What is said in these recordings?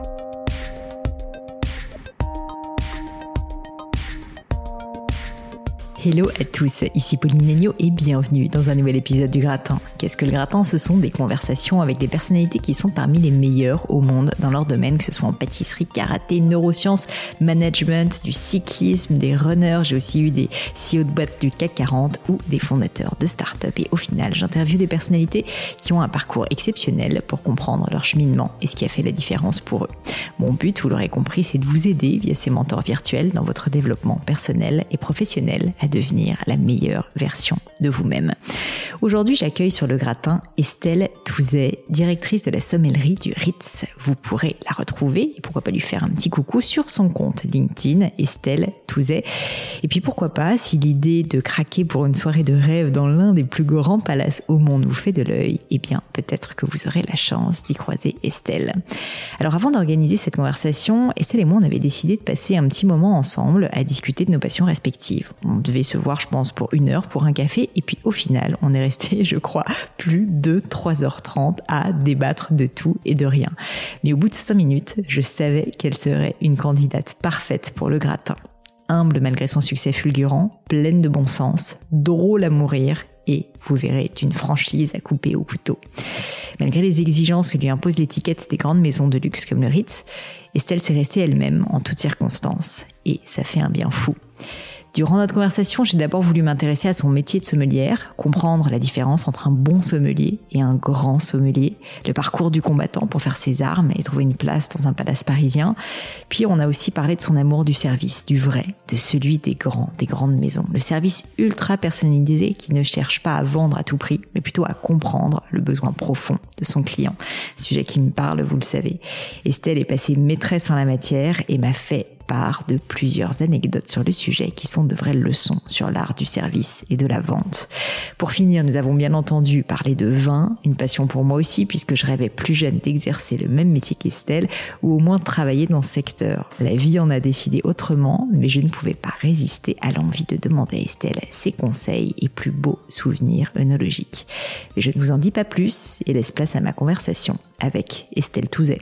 Hello à tous, ici Pauline Legnaud et bienvenue dans un nouvel épisode du Gratin. Qu'est-ce que le Gratin ? Ce sont des conversations avec des personnalités qui sont parmi les meilleures au monde dans leur domaine, que ce soit en pâtisserie, karaté, neurosciences, management, du cyclisme, des runners. J'ai aussi eu des CEO de boîtes du CAC 40 ou des fondateurs de start-up. Et au final, j'interviewe des personnalités qui ont un parcours exceptionnel pour comprendre leur cheminement et ce qui a fait la différence pour eux. Mon but, vous l'aurez compris, c'est de vous aider via ces mentors virtuels dans votre développement personnel et professionnel à devenir la meilleure version de vous-même. Aujourd'hui, j'accueille sur le gratin Estelle Touzet, directrice de la sommellerie du Ritz. Vous pourrez la retrouver et pourquoi pas lui faire un petit coucou sur son compte LinkedIn, Estelle Touzet. Et puis pourquoi pas, si l'idée de craquer pour une soirée de rêve dans l'un des plus grands palaces au monde vous fait de l'œil, eh bien peut-être que vous aurez la chance d'y croiser Estelle. Alors avant d'organiser cette conversation, Estelle et moi on avait décidé de passer un petit moment ensemble à discuter de nos passions respectives. On devait se voir, je pense, pour 1 heure pour un café et puis au final, on est resté, je crois, plus de 3h30 à débattre de tout et de rien. Mais au bout de 5 minutes, je savais qu'elle serait une candidate parfaite pour le gratin. Humble malgré son succès fulgurant, pleine de bon sens, drôle à mourir et, vous verrez, d'une franchise à couper au couteau. Malgré les exigences que lui impose l'étiquette des grandes maisons de luxe comme le Ritz, Estelle s'est restée elle-même en toutes circonstances. Et ça fait un bien fou. Durant notre conversation, j'ai d'abord voulu m'intéresser à son métier de sommelière, comprendre la différence entre un bon sommelier et un grand sommelier, le parcours du combattant pour faire ses armes et trouver une place dans un palace parisien. Puis on a aussi parlé de son amour du service, du vrai, de celui des grandes maisons. Le service ultra personnalisé qui ne cherche pas à vendre à tout prix, mais plutôt à comprendre le besoin profond de son client. Sujet qui me parle, vous le savez. Estelle est passée maîtresse en la matière et m'a fait part de plusieurs anecdotes sur le sujet qui sont de vraies leçons sur l'art du service et de la vente. Pour finir, nous avons bien entendu parler de vin, une passion pour moi aussi puisque je rêvais plus jeune d'exercer le même métier qu'Estelle ou au moins de travailler dans ce secteur. La vie en a décidé autrement, mais je ne pouvais pas résister à l'envie de demander à Estelle ses conseils et plus beaux souvenirs œnologiques. Mais je ne vous en dis pas plus et laisse place à ma conversation avec Estelle Touzet.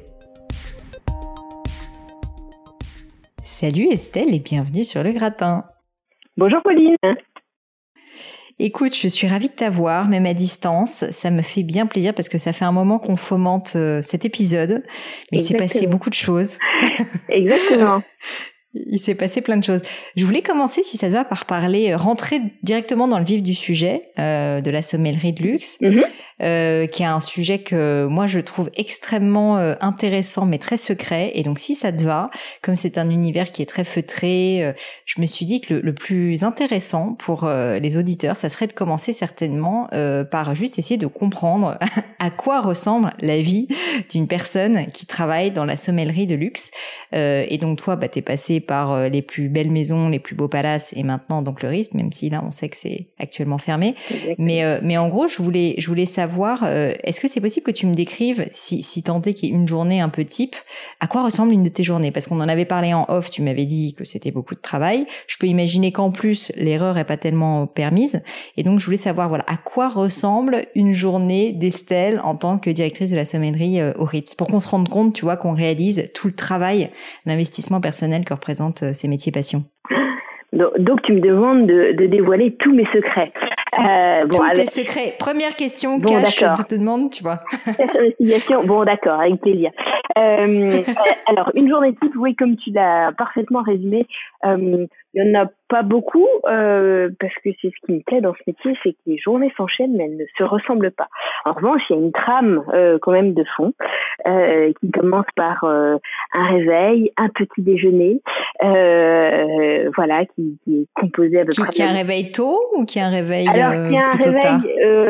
Salut Estelle et bienvenue sur le gratin. Bonjour Pauline. Écoute, je suis ravie de t'avoir, même à distance. Ça me fait bien plaisir parce que ça fait un moment qu'on fomente cet épisode. Mais il s'est passé beaucoup de choses. Exactement. Il s'est passé plein de choses. Je voulais commencer, si ça te va, par rentrer directement dans le vif du sujet de la sommellerie de luxe, qui est un sujet que moi je trouve extrêmement intéressant, mais très secret. Et donc, si ça te va, comme c'est un univers qui est très feutré, je me suis dit que le plus intéressant pour les auditeurs, ça serait de commencer certainement par juste essayer de comprendre à quoi ressemble la vie d'une personne qui travaille dans la sommellerie de luxe. Et donc, toi, t'es passé par les plus belles maisons, les plus beaux palaces et maintenant donc le Ritz, même si là on sait que c'est actuellement fermé. Mais en gros, je voulais savoir, est-ce que c'est possible que tu me décrives, si tant est qu'il y ait une journée un peu type, à quoi ressemble une de tes journées ? Parce qu'on en avait parlé en off, tu m'avais dit que c'était beaucoup de travail. Je peux imaginer qu'en plus l'erreur est pas tellement permise. Et donc je voulais savoir, voilà, à quoi ressemble une journée d'Estelle en tant que directrice de la sommellerie au Ritz, pour qu'on se rende compte, tu vois, qu'on réalise tout le travail, l'investissement personnel que représentent ces métiers passions. Donc tu me demandes de dévoiler tous mes secrets. Tous tes secrets. Première question, cache, je te demande, tu vois. Investigation. Bon, d'accord, avec plaisir. Alors, une journée type, oui, comme tu l'as parfaitement résumé, il y en a pas beaucoup, parce que c'est ce qui me plaît dans ce métier, c'est que les journées s'enchaînent, mais elles ne se ressemblent pas. En revanche, il y a une trame quand même de fond, qui commence par un réveil, un petit déjeuner, voilà, qui est composé à peu près. Qui a un réveil tôt ou qui a un réveil plutôt tard?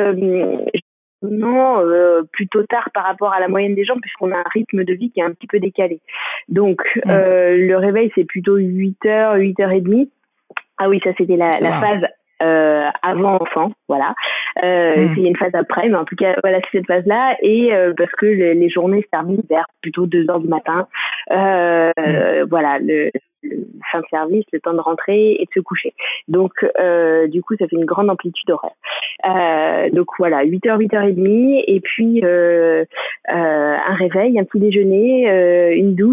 Non, plutôt tard par rapport à la moyenne des gens, puisqu'on a un rythme de vie qui est un petit peu décalé. Donc, le réveil, c'est plutôt 8h, 8h30. Ah oui, ça, c'était la phase avant enfant, voilà. Il y a une phase après, mais en tout cas, voilà, c'est cette phase-là. Et parce que les journées se terminent vers plutôt 2h du matin. Voilà, le fin de service, le temps de rentrer et de se coucher. Donc, du coup, ça fait une grande amplitude horaire. Donc voilà, 8h, 8h30, et puis un réveil, un petit déjeuner, une douche,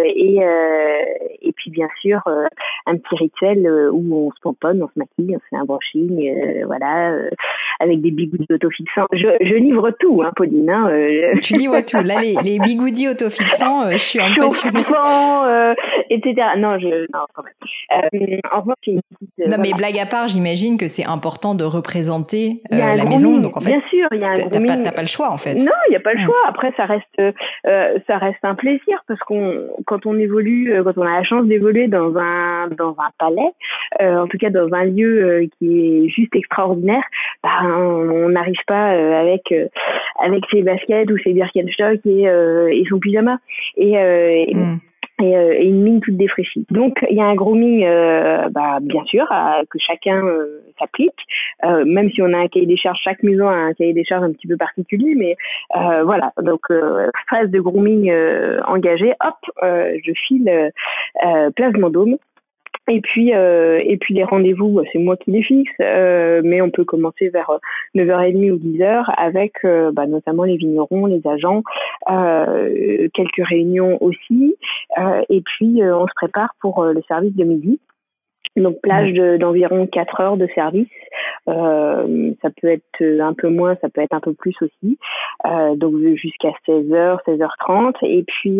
et puis bien sûr un petit rituel où on se pomponne, on se maquille, on fait un brushing, avec des bigoudis autofixants. Je livre tout, hein, Pauline. Tu livres tout. Là, les bigoudis autofixants, je suis impressionnée. Etc. Non, quand même. En revanche, non, mais blague à part, j'imagine que c'est important de représenter la maison. Donc en fait, bien sûr, il y a un grooming. T'as pas le choix en fait. Non, il n'y a pas le choix. Après, ça reste un plaisir parce quand on évolue, quand on a la chance d'évoluer dans un palais, en tout cas dans un lieu qui est juste extraordinaire, on n'arrive pas avec ses baskets ou ses Birkenstock et son pyjama et une mine toute défraîchie. Donc il y a un grooming bien sûr que chacun s'applique, même si on a un cahier des charges, chaque maison a un cahier des charges un petit peu particulier, mais voilà. Donc phase de grooming engagée, je file place Vendôme. Et puis les rendez-vous, c'est moi qui les fixe, mais on peut commencer vers 9h30 ou 10h avec notamment les vignerons, les agents, quelques réunions aussi, et puis on se prépare pour le service de midi. Donc plage d'environ 4 heures de service, ça peut être un peu moins, ça peut être un peu plus aussi, donc jusqu'à 16h, 16h30, et puis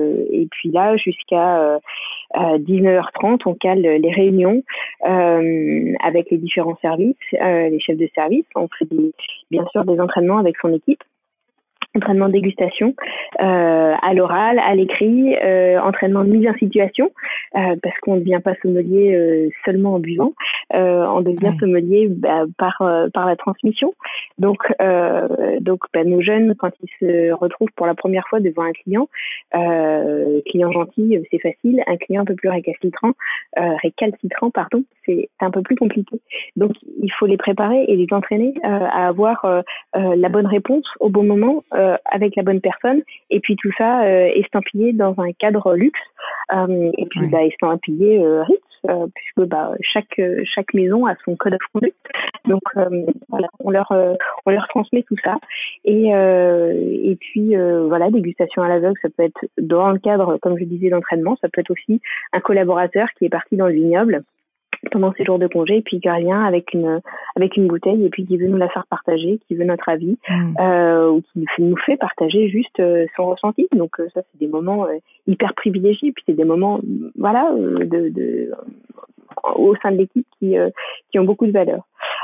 là jusqu'à 19h30 on cale les réunions avec les différents services, les chefs de service. On fait bien sûr des entraînements avec son équipe. Entraînement de dégustation à l'oral, à l'écrit, entraînement de mise en situation, parce qu'on ne devient pas sommelier seulement en buvant, on devient sommelier par la transmission. Donc nos jeunes, quand ils se retrouvent pour la première fois devant un client gentil, c'est facile. Un client un peu plus récalcitrant, c'est un peu plus compliqué. Donc il faut les préparer et les entraîner à avoir la bonne réponse au bon moment, avec la bonne personne, et puis tout ça estampillé dans un cadre luxe, et puis estampillé Ritz, puisque chaque maison a son code of conduct. Donc voilà, on leur transmet tout ça, et puis dégustation à l'aveugle, ça peut être dans le cadre, comme je disais, d'entraînement, ça peut être aussi un collaborateur qui est parti dans le vignoble pendant ses jours de congé, et puis qui revient avec une bouteille, et puis qui veut nous la faire partager, qui veut notre avis, ou qui nous fait partager juste son ressenti. Donc ça, c'est des moments hyper privilégiés, puis c'est des moments au sein de l'équipe qui ont beaucoup de valeur.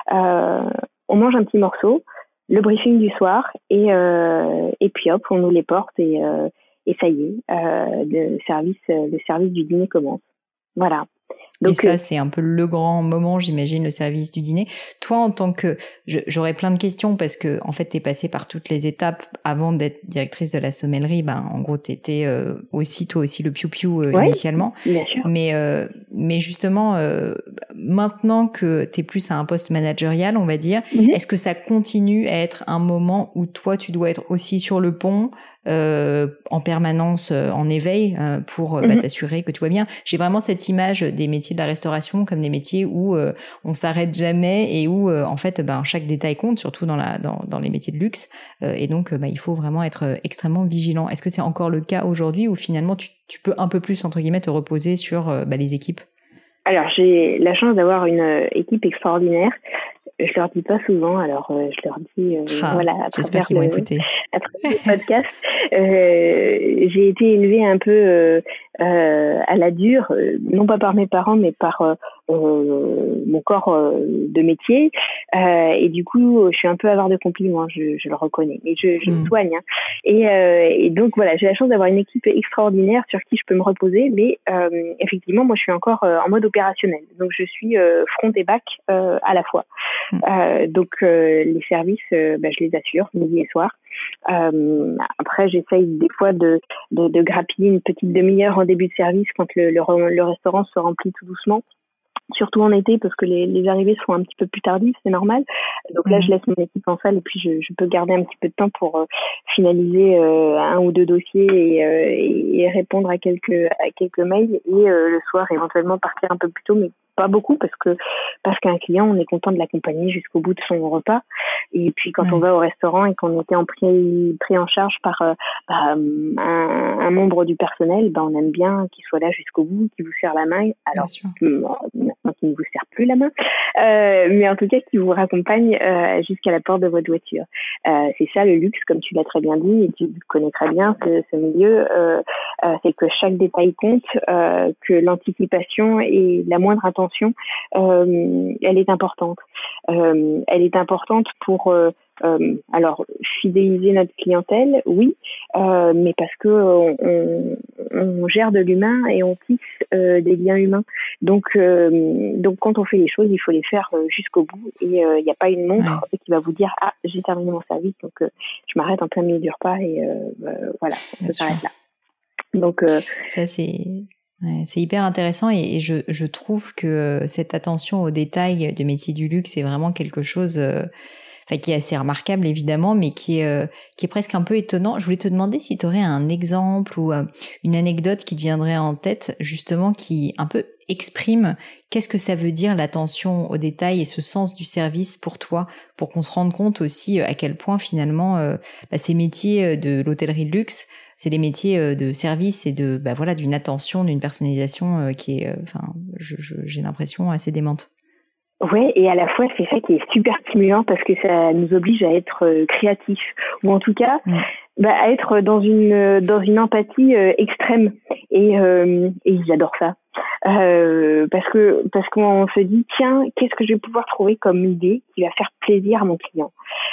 On mange un petit morceau, le briefing du soir, et puis hop, on nous les porte, et ça y est, le service du dîner commence. Voilà. Donc, et ça, c'est un peu le grand moment, j'imagine, le service du dîner. Toi, en tant que... J'aurais plein de questions parce que, en fait, t'es passée par toutes les étapes avant d'être directrice de la sommellerie. En gros, t'étais toi aussi le piou-piou initialement. Bien sûr. Mais justement, maintenant que t'es plus à un poste managérial, on va dire, est-ce que ça continue à être un moment où toi, tu dois être aussi sur le pont, en permanence en éveil pour t'assurer que tu vois bien? J'ai vraiment cette image des métiers de la restauration comme des métiers où on s'arrête jamais et où en fait chaque détail compte, surtout dans les métiers de luxe, et donc il faut vraiment être extrêmement vigilant. Est-ce que c'est encore le cas aujourd'hui ou finalement tu peux un peu plus entre guillemets te reposer sur les équipes? Alors j'ai la chance d'avoir une équipe extraordinaire. Je leur dis pas souvent, alors je leur dis j'espère qu'ils vont écouter. À travers le podcast. J'ai été élevée un peu à la dure, non pas par mes parents, mais par mon corps de métier, et du coup je suis un peu avare de compliments, je le reconnais, mais je me soigne, hein. Et donc voilà, j'ai la chance d'avoir une équipe extraordinaire sur qui je peux me reposer, mais effectivement moi je suis encore en mode opérationnel, donc je suis front et back à la fois. Donc les services, je les assure midi et soir. Après j'essaye des fois de grappiller une petite demi-heure en début de service quand le restaurant se remplit tout doucement, surtout en été parce que les arrivées sont un petit peu plus tardives, c'est normal. Donc là je laisse mon équipe en salle et puis je peux garder un petit peu de temps pour finaliser un ou deux dossiers et répondre à quelques mails, et le soir éventuellement partir un peu plus tôt, mais pas beaucoup parce qu'un client, on est content de l'accompagner jusqu'au bout de son repas. Et puis quand on va au restaurant et qu'on était pris en charge par un membre du personnel, on aime bien qu'il soit là jusqu'au bout, qu'il vous serre la main. Alors maintenant qu'il ne vous serre plus la main, mais en tout cas qu'il vous raccompagne jusqu'à la porte de votre voiture. C'est ça le luxe, comme tu l'as très bien dit, et tu connais très bien ce milieu. C'est que chaque détail compte, que l'anticipation et la moindre attention, elle est importante. Elle est importante pour alors fidéliser notre clientèle, oui, mais parce que on gère de l'humain et on tisse des liens humains. Donc quand on fait les choses, il faut les faire jusqu'au bout, et il n'y a pas une montre qui va vous dire j'ai terminé mon service, donc je m'arrête en plein milieu du repas et voilà, on s'arrête là. Donc ça c'est hyper intéressant, et je trouve que cette attention aux détails du métier du luxe est vraiment quelque chose qui est assez remarquable évidemment, mais qui est presque un peu étonnant. Je voulais te demander si tu aurais un exemple ou une anecdote qui te viendrait en tête, justement, qui un peu exprime qu'est-ce que ça veut dire l'attention aux détails et ce sens du service pour toi, pour qu'on se rende compte aussi à quel point finalement ces métiers de l'hôtellerie de luxe, c'est des métiers de service et de d'une attention, d'une personnalisation qui est j'ai l'impression assez démente. Ouais, et à la fois c'est ça qui est super stimulant parce que ça nous oblige à être créatifs, ou en tout cas à être dans une empathie extrême, et j'adore ça. Parce qu'on se dit tiens, qu'est-ce que je vais pouvoir trouver comme idée qui va faire plaisir à mon client,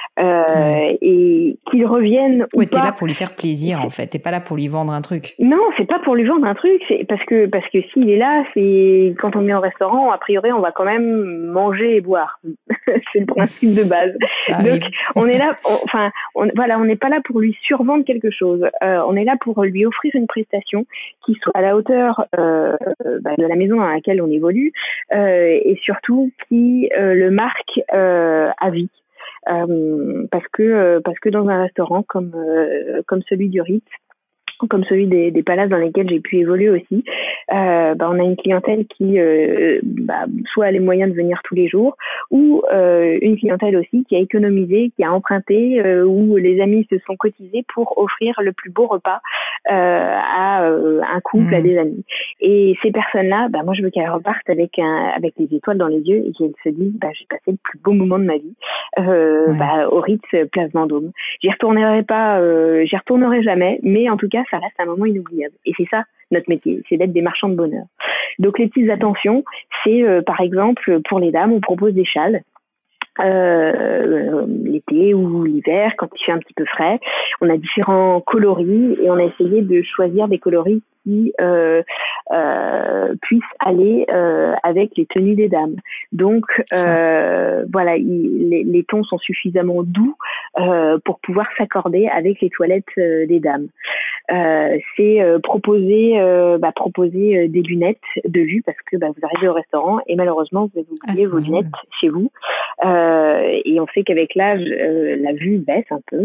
et qu'il revienne ou pas. T'es là pour lui faire plaisir en fait, t'es pas là pour lui vendre un truc. Non, c'est pas pour lui vendre un truc, c'est parce que s'il est là, c'est quand on est au restaurant, a priori on va quand même manger et boire. C'est le principe de base. Donc on est là, on n'est pas là pour lui survendre quelque chose. On est là pour lui offrir une prestation qui soit à la hauteur de la maison dans laquelle on évolue, et surtout qui le marque à vie. Parce que dans un restaurant comme celui du Ritz, comme celui des palaces dans lesquels j'ai pu évoluer aussi, on a une clientèle qui soit a les moyens de venir tous les jours, ou une clientèle aussi qui a économisé, qui a emprunté, où les amis se sont cotisés pour offrir le plus beau repas à un couple, à des amis. Et ces personnes-là, moi je veux qu'elles repartent avec les étoiles dans les yeux, et qu'elles se disent j'ai passé le plus beau moment de ma vie au Ritz Place Vendôme. J'y retournerai jamais, mais en tout cas ça reste un moment inoubliable. Et c'est ça notre métier, c'est d'être des marchands de bonheur. Donc les petites attentions, c'est par exemple pour les dames, on propose des châles. L'été ou l'hiver, quand il fait un petit peu frais, on a différents coloris, et on a essayé de choisir des coloris qui puissent aller avec les tenues des dames. Donc les tons sont suffisamment doux pour pouvoir s'accorder avec les toilettes des dames. C'est proposer des lunettes de vue, parce que vous arrivez au restaurant et malheureusement vous avez oublié vos lunettes chez vous, et on sait qu'avec l'âge la vue baisse un peu.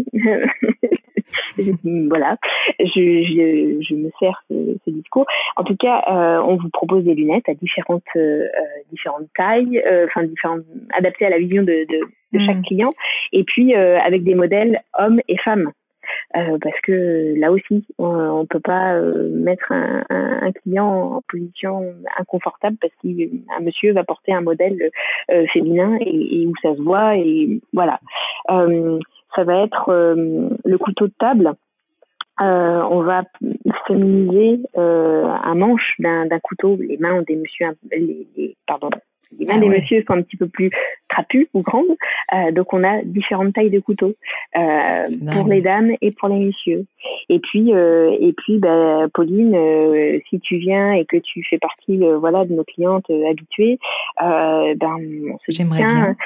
Voilà, je me sers ce discours. En tout cas, on vous propose des lunettes à différentes tailles, adaptées à la vision de chaque client, et puis avec des modèles hommes et femmes. Parce que là aussi, on peut pas mettre un client en position inconfortable parce qu'un monsieur va porter un modèle féminin et où ça se voit, et voilà. Ça va être le couteau de table. On va féminiser un manche d'un couteau. Les mains des messieurs, les mains des messieurs sont un petit peu plus trapues ou grandes, donc on a différentes tailles de couteaux pour les dames et pour les messieurs. Et puis Pauline, si tu viens et que tu fais partie de nos clientes habituées, on se dit j'aimerais bien.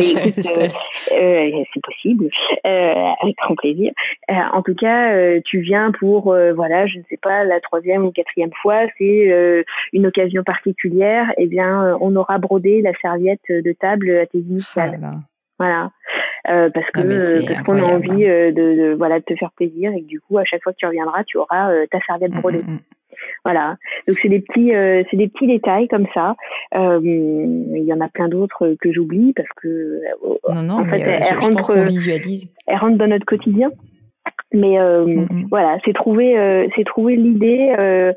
C'est possible, avec grand plaisir. En tout cas, tu viens pour je ne sais pas, la 3e ou 4e fois, c'est une occasion particulière. Eh bien, on aura brodé la serviette de table à tes initiales. Voilà. Parce qu'on a envie de te faire plaisir, et que du coup à chaque fois que tu reviendras tu auras ta serviette brodée. Voilà. Donc c'est des petits détails comme ça. Il y en a plein d'autres que j'oublie parce que en fait, je pense qu'on visualise. Elles rentrent dans notre quotidien. Mais voilà, c'est trouver l'idée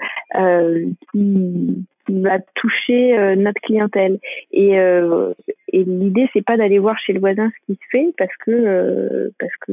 qui va toucher notre clientèle. Et l'idée, c'est pas d'aller voir chez le voisin ce qui se fait parce que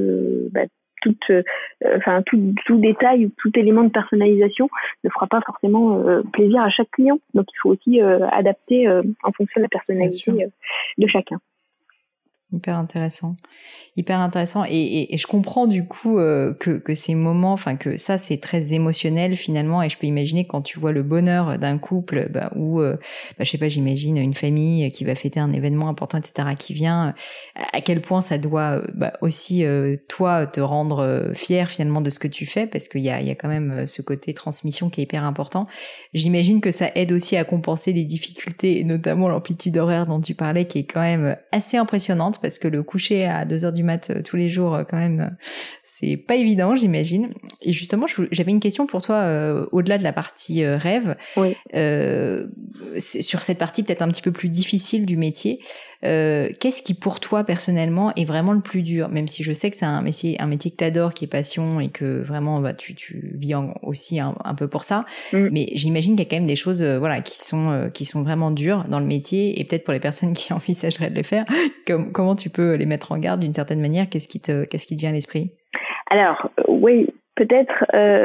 tout détail ou tout élément de personnalisation ne fera pas forcément plaisir à chaque client. Donc il faut aussi adapter en fonction de la personnalité de chacun. Hyper intéressant. Et je comprends du coup que ces moments, enfin que ça c'est très émotionnel finalement, et je peux imaginer quand tu vois le bonheur d'un couple ou je sais pas, j'imagine une famille qui va fêter un événement important, etc., qui vient, à quel point ça doit aussi toi te rendre fier finalement de ce que tu fais, parce qu'il y a quand même ce côté transmission qui est hyper important. J'imagine que ça aide aussi à compenser les difficultés, et notamment l'amplitude horaire dont tu parlais, qui est quand même assez impressionnante, parce que le coucher à 2h du mat tous les jours, quand même, c'est pas évident, j'imagine. Et justement, j'avais une question pour toi, au-delà de la partie rêve, oui. Sur cette partie peut-être un petit peu plus difficile du métier. Qu'est-ce qui pour toi personnellement est vraiment le plus dur, même si je sais que c'est un métier que t'adores, qui est passion, et que vraiment tu vis aussi un peu pour ça, mais j'imagine qu'il y a quand même des choses qui sont vraiment dures dans le métier, et peut-être pour les personnes qui envisageraient de le faire, comment tu peux les mettre en garde d'une certaine manière? Qu'est-ce qui te vient à l'esprit? Alors oui, peut-être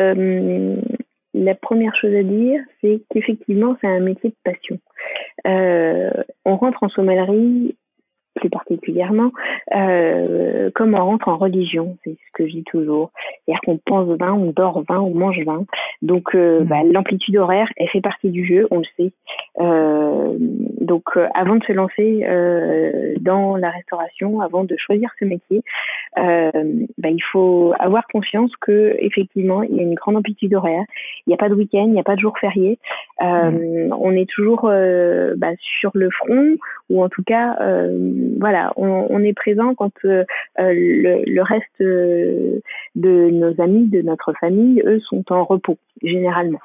la première chose à dire, c'est qu'effectivement c'est un métier de passion. On rentre en sommellerie plus particulièrement comme on rentre en religion, c'est ce que je dis toujours. C'est-à-dire qu'on pense vin, on dort vin, on mange vin. Donc l'amplitude horaire, elle fait partie du jeu, on le sait. Donc avant de se lancer dans la restauration, avant de choisir ce métier, il faut avoir conscience que effectivement il y a une grande amplitude horaire. Il n'y a pas de week-end, il n'y a pas de jour férié. On est toujours sur le front, ou en tout cas on est présent quand le reste de nos amis, de notre famille, eux, sont en repos généralement.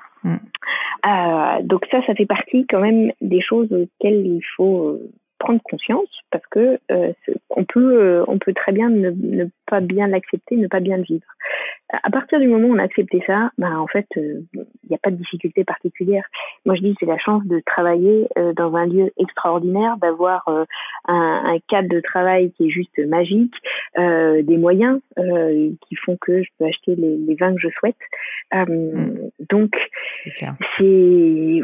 Donc ça fait partie quand même des choses auxquelles il faut prendre conscience, parce que on peut très bien ne pas bien l'accepter, ne pas bien le vivre. À partir du moment où on a accepté ça, en fait, il n'y a pas de difficulté particulière. Moi, je dis c'est la chance de travailler dans un lieu extraordinaire, d'avoir un cadre de travail qui est juste magique, des moyens qui font que je peux acheter les vins que je souhaite. Donc, j'ai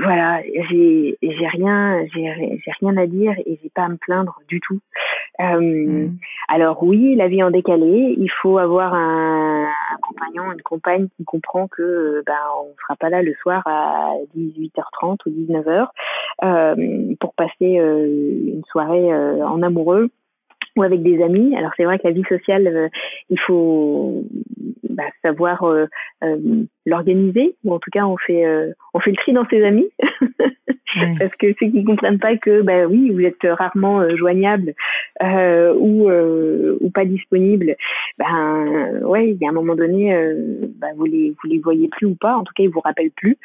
rien à dire, et j'ai pas à me plaindre du tout. Alors oui, la vie en décalé, il faut avoir un compagnon, une compagne qui comprend que on sera pas là le soir à 18h30 ou 19h pour passer une soirée en amoureux ou avec des amis. Alors c'est vrai que la vie sociale, il faut savoir l'organiser, ou en tout cas on fait le tri dans ses amis. Parce que ceux qui comprennent pas que oui, vous êtes rarement joignable ou pas disponible, il y a un moment donné vous les voyez plus ou pas, en tout cas ils vous rappellent plus,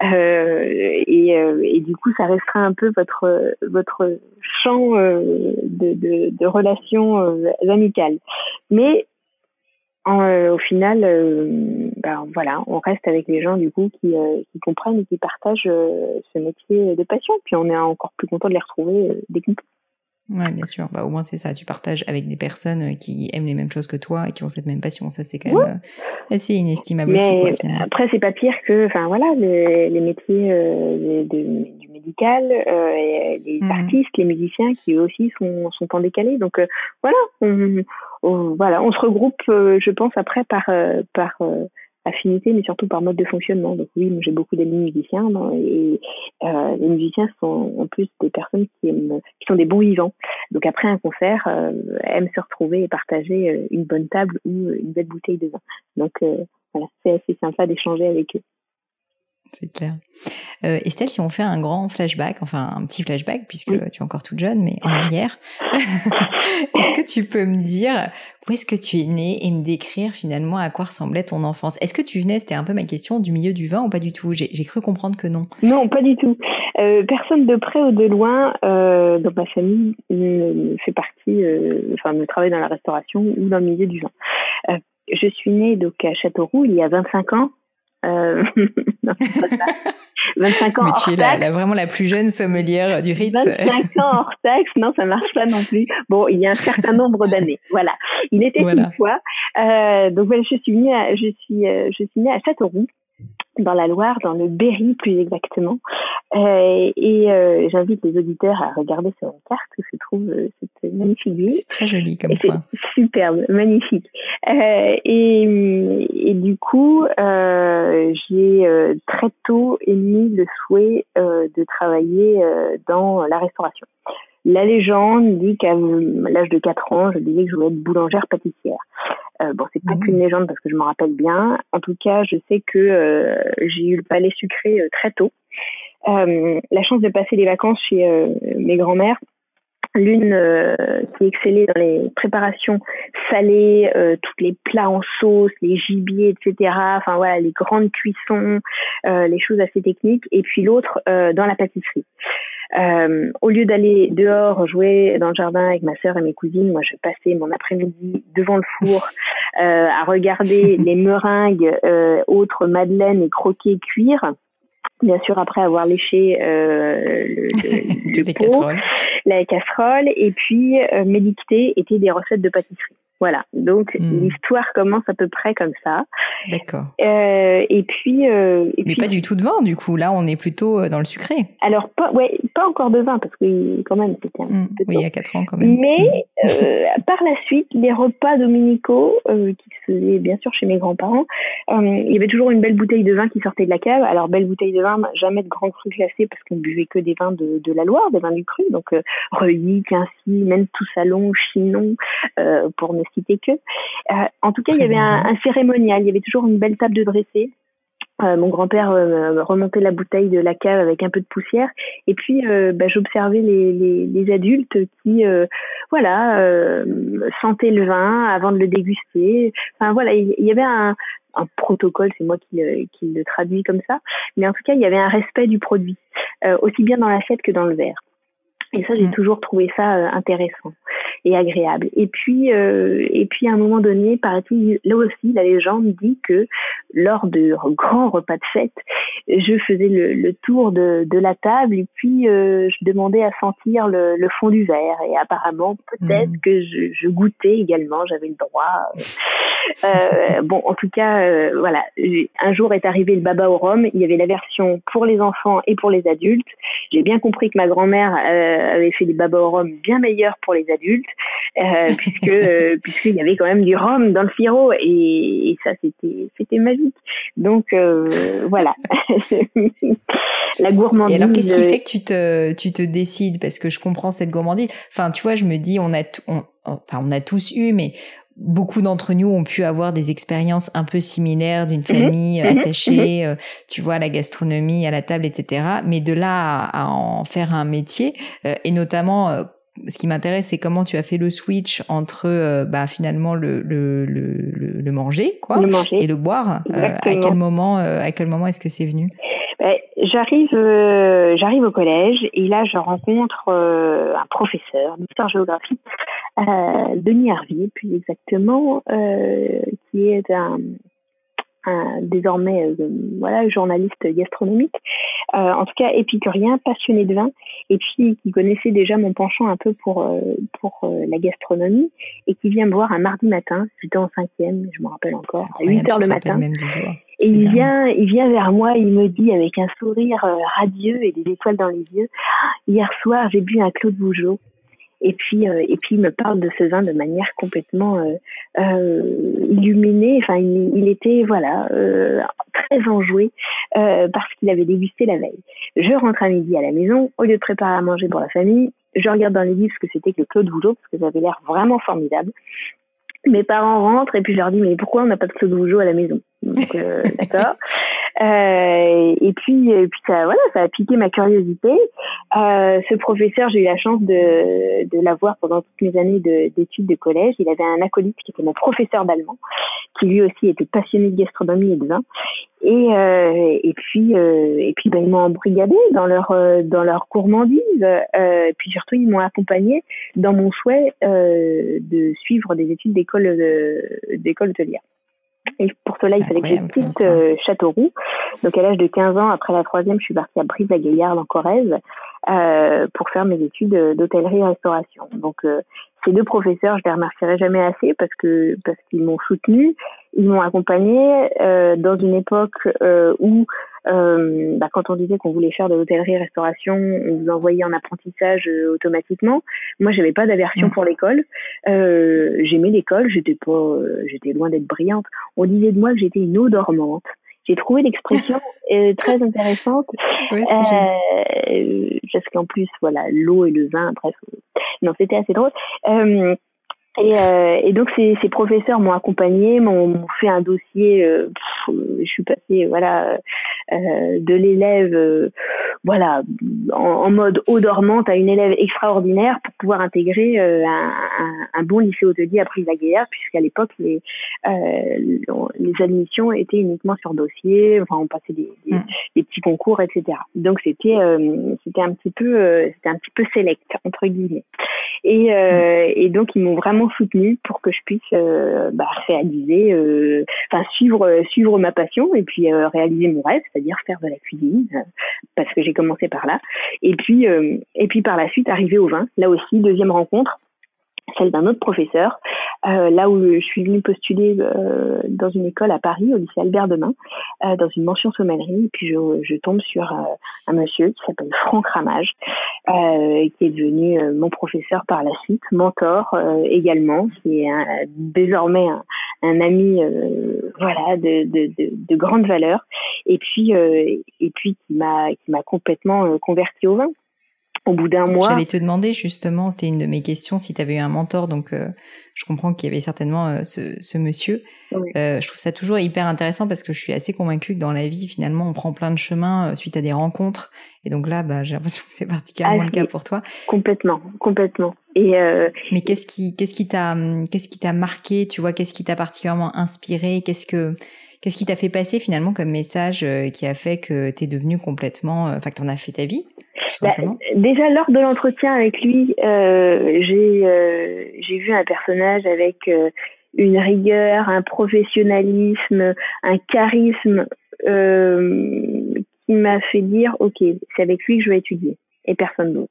et du coup ça restreint un peu votre champ de relations amicales. Mais au final, on reste avec les gens du coup qui comprennent et qui partagent ce métier de passion. Puis on est encore plus content de les retrouver dès qu'on peut. Ouais, bien sûr. Au moins c'est ça. Tu partages avec des personnes qui aiment les mêmes choses que toi et qui ont cette même passion. Ça, c'est quand même assez inestimable. Mais aussi, finalement. Après, c'est pas pire que, les métiers du médical, et les artistes, les musiciens qui eux aussi sont en décalé. Donc on se regroupe, je pense, après par affinité, mais surtout par mode de fonctionnement. Donc oui, moi, j'ai beaucoup d'amis musiciens, et les musiciens sont en plus des personnes qui sont des bons vivants. Donc après un concert, aiment se retrouver et partager une bonne table ou une belle bouteille de vin. Donc c'est assez sympa d'échanger avec eux. C'est clair. Estelle, si on fait un grand flashback, enfin un petit flashback, puisque tu es encore toute jeune, mais en arrière, est-ce que tu peux me dire où est-ce que tu es née et me décrire finalement à quoi ressemblait ton enfance? Est-ce que tu venais, c'était un peu ma question, du milieu du vin ou pas du tout? J'ai cru comprendre que non. Non, pas du tout. Personne de près ou de loin dans ma famille ne fait partie, ne travaille dans la restauration ou dans le milieu du vin. Je suis née donc à Châteauroux il y a 25 ans. Non, c'est pas ça. 25 ans mais hors tu es taxe. vraiment la plus jeune sommelière du Ritz. 25 ans hors taxe, non, ça marche pas non plus. Bon, il y a un certain nombre d'années. Voilà. Il était une fois. Donc je suis née à Châteauroux, dans la Loire, dans le Berry plus exactement. J'invite les auditeurs à regarder sur une carte où se trouve cette magnifique ville. C'est très joli comme point. C'est superbe, magnifique. Et du coup, j'ai très tôt émis le souhait de travailler dans la restauration. La légende dit qu'à l'âge de 4 ans, je disais que je voulais être boulangère pâtissière. C'est pas qu'une légende parce que je m'en rappelle bien. En tout cas, je sais que j'ai eu le palais sucré très tôt. La chance de passer des vacances chez mes grands-mères, l'une qui excellait dans les préparations salées, tous les plats en sauce, les gibiers, etc. Enfin voilà, les grandes cuissons, les choses assez techniques. Et puis l'autre dans la pâtisserie. Au lieu d'aller dehors jouer dans le jardin avec ma sœur et mes cousines, moi je passais mon après-midi devant le four à regarder les meringues, autres madeleines et croquer cuire. Bien sûr, après avoir léché le pot, la casserole, et puis mes dictées étaient des recettes de pâtisserie. Voilà, donc l'histoire commence à peu près comme ça. D'accord. Et puis, mais pas du tout de vin, du coup. Là, on est plutôt dans le sucré. Alors, pas encore de vin, parce que quand même, c'était un peu tôt. Oui, il y a 4 ans quand même. Mais par la suite, les repas dominicaux, qui se faisaient bien sûr chez mes grands-parents, il y avait toujours une belle bouteille de vin qui sortait de la cave. Alors, belle bouteille de vin, jamais de grands crus classés, parce qu'on buvait que des vins de la Loire, des vins du cru. Donc, Reuilly, Quincy, même Toussalon, Chinon, pour ne citer que. En tout cas, il y avait un cérémonial. Il y avait toujours une belle table de dressée. Mon grand-père remontait la bouteille de la cave avec un peu de poussière, et puis j'observais les adultes qui sentaient le vin avant de le déguster. Enfin voilà, il y avait un protocole, c'est moi qui le traduis comme ça, mais en tout cas il y avait un respect du produit, aussi bien dans l'assiette que dans le verre. Et ça, j'ai toujours trouvé ça intéressant et agréable. Et puis à un moment donné, paraît-il, là aussi, la légende dit que lors de grands repas de fête, je faisais le tour de la table et puis je demandais à sentir le fond du verre. Et apparemment, peut-être que je goûtais également, j'avais le droit. En tout cas, voilà. Un jour est arrivé le baba au rhum. Il y avait la version pour les enfants et pour les adultes. J'ai bien compris que ma grand-mère avait fait des baba au rhum bien meilleurs pour les adultes, puisqu'il y avait quand même du rhum dans le sirop, et ça c'était magique. Donc voilà. La gourmandise. Et alors, qu'est-ce qui fait que tu te décides? Parce que je comprends cette gourmandise. Enfin, tu vois, je me dis, on a tous eu, mais beaucoup d'entre nous ont pu avoir des expériences un peu similaires d'une famille attachée, tu vois, à la gastronomie, à la table, etc. Mais de là à en faire un métier, et notamment, ce qui m'intéresse, c'est comment tu as fait le switch entre finalement le manger, quoi, et le boire. À quel moment est-ce que c'est venu? J'arrive au collège, et là je rencontre un professeur d'histoire-géographie, Denis Hervier plus exactement, qui est un désormais journaliste gastronomique, en tout cas épicurien, passionné de vin, et puis qui connaissait déjà mon penchant un peu pour la gastronomie, et qui vient me voir un mardi matin, j'étais en 5e, je me rappelle encore, à 8h le matin. Et il vient vers moi, il me dit avec un sourire radieux et des étoiles dans les yeux: hier soir j'ai bu un Claude Vougeot. Et puis il me parle de ce vin de manière complètement illuminée. Enfin, il était très enjoué parce qu'il avait dégusté la veille. Je rentre à midi à la maison, au lieu de préparer à manger pour la famille, je regarde dans les livres ce que c'était que le Claude Vougeot, parce que ça avait l'air vraiment formidable. Mes parents rentrent et puis je leur dis: mais pourquoi on n'a pas de Claude Vougeot à la maison? Donc d'accord. Et puis ça, voilà, ça a piqué ma curiosité. Ce professeur, j'ai eu la chance de l'avoir pendant toutes mes années d'études de collège. Il avait un acolyte qui était mon professeur d'allemand, qui lui aussi était passionné de gastronomie et de vin. Et puis ils m'ont embrigadé dans leur gourmandise. Et puis surtout, ils m'ont accompagné dans mon souhait de suivre des études d'école hôtelière. Et pour cela, il fallait que je quitte Châteauroux. Donc, à l'âge de 15 ans, après la troisième, je suis partie à Brive-la-Gaillarde, en Corrèze, pour faire mes études d'hôtellerie et restauration. Donc, ces deux professeurs, je les remercierai jamais assez parce qu'ils m'ont soutenue, ils m'ont accompagnée dans une époque où quand on disait qu'on voulait faire de l'hôtellerie et restauration, on vous envoyait en apprentissage automatiquement. Moi, j'avais pas d'aversion pour l'école. J'aimais l'école, j'étais loin d'être brillante. On disait de moi que j'étais une eau dormante. J'ai trouvé l'expression très intéressante. Oui, parce qu'en plus, voilà, l'eau et le vin, bref. Non, c'était assez drôle. Et donc ces professeurs m'ont accompagnée, m'ont fait un dossier. Je suis passée de l'élève en mode eau dormante à une élève extraordinaire pour pouvoir intégrer un bon lycée hôtelier à Brive-la-Gaillarde, puisqu'à l'époque les admissions étaient uniquement sur dossier. Enfin, on passait des petits concours, etc. Donc c'était un petit peu select entre guillemets. Et donc ils m'ont vraiment soutenue pour que je puisse réaliser, suivre ma passion et puis réaliser mon rêve, c'est-à-dire faire de la cuisine, parce que j'ai commencé par là. Et puis par la suite arriver au vin. Là aussi, deuxième rencontre, celle d'un autre professeur, là où je suis venue postuler dans une école à Paris, au lycée Albert Demain, dans une mention sommellerie, et puis je tombe sur un monsieur qui s'appelle Franck Ramage, qui est devenu mon professeur par la suite, mentor également, qui est désormais un ami de grande valeur, et puis qui m'a complètement converti au vin. Au bout d'un mois. J'allais te demander justement, c'était une de mes questions, si tu avais eu un mentor, donc je comprends qu'il y avait certainement ce monsieur. Oui. Je trouve ça toujours hyper intéressant parce que je suis assez convaincue que dans la vie, finalement, on prend plein de chemins suite à des rencontres. Et donc là, j'ai l'impression que c'est particulièrement le cas pour toi. Complètement. Mais qu'est-ce qui t'a marqué, tu vois, qu'est-ce qui t'a particulièrement inspiré, qu'est-ce qui t'a fait passer finalement comme message qui a fait que t'es devenu complètement, que t'en as fait ta vie? Déjà lors de l'entretien avec lui, j'ai vu un personnage avec une rigueur, un professionnalisme, un charisme qui m'a fait dire ok, c'est avec lui que je vais étudier et personne d'autre.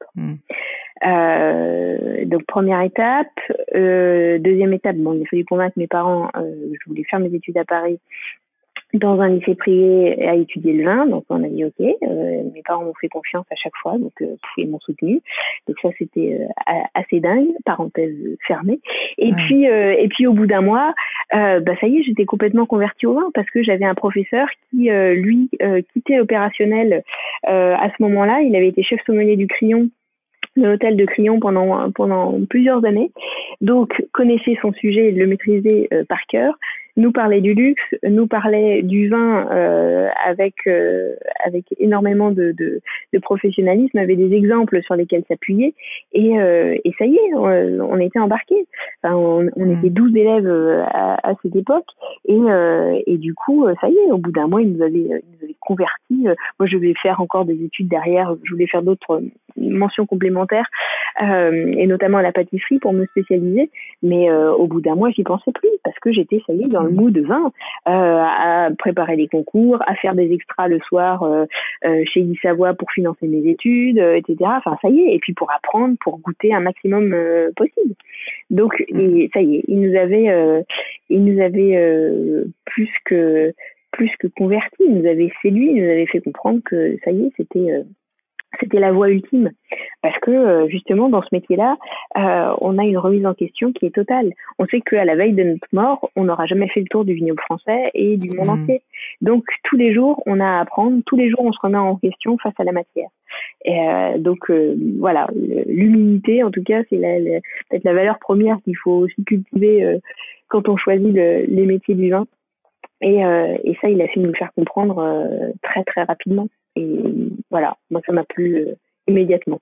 Donc première étape, deuxième étape, il a fallu convaincre mes parents. Je voulais faire mes études à Paris, dans un lycée privé, à étudier le vin. Donc on a dit ok, mes parents m'ont fait confiance à chaque fois, donc ils m'ont soutenu. Donc ça c'était assez dingue, parenthèse fermée. Et puis au bout d'un mois, ça y est, j'étais complètement convertie au vin parce que j'avais un professeur qui lui quittait l'opérationnel à ce moment-là. Il avait été chef sommelier du Crillon, de l'hôtel de Crillon pendant plusieurs années, donc connaissait son sujet et le maîtrisait par cœur, nous parlait du luxe, nous parlait du vin avec énormément de professionnalisme, avait des exemples sur lesquels s'appuyer, et ça y est, on était embarqués. Enfin, on était 12 élèves à cette époque, et du coup, ça y est, au bout d'un mois, ils nous avaient convertis. Moi, je vais faire encore des études derrière, je voulais faire d'autres mentions complémentaires, et notamment à la pâtisserie pour me spécialiser, mais au bout d'un mois, j'y pensais plus, parce que j'étais, ça y est, dans le mood de vin, à préparer des concours, à faire des extras le soir chez Guy Savoy pour financer mes études, etc. Enfin, ça y est, et puis pour apprendre, pour goûter un maximum possible. Donc, et ça y est, il nous avait plus que convertis, il nous avait séduits, il nous avait fait comprendre que ça y est, c'était la voie ultime, parce que justement dans ce métier-là, on a une remise en question qui est totale. On sait qu'à la veille de notre mort, on n'aura jamais fait le tour du vignoble français et du monde entier. Donc tous les jours, on a à apprendre, tous les jours, on se remet en question face à la matière. Donc voilà, l'humilité, en tout cas, c'est peut-être la valeur première qu'il faut aussi cultiver quand on choisit les métiers du vin. Et ça, il a su nous le faire comprendre très très rapidement. Et voilà, moi ça m'a plu immédiatement.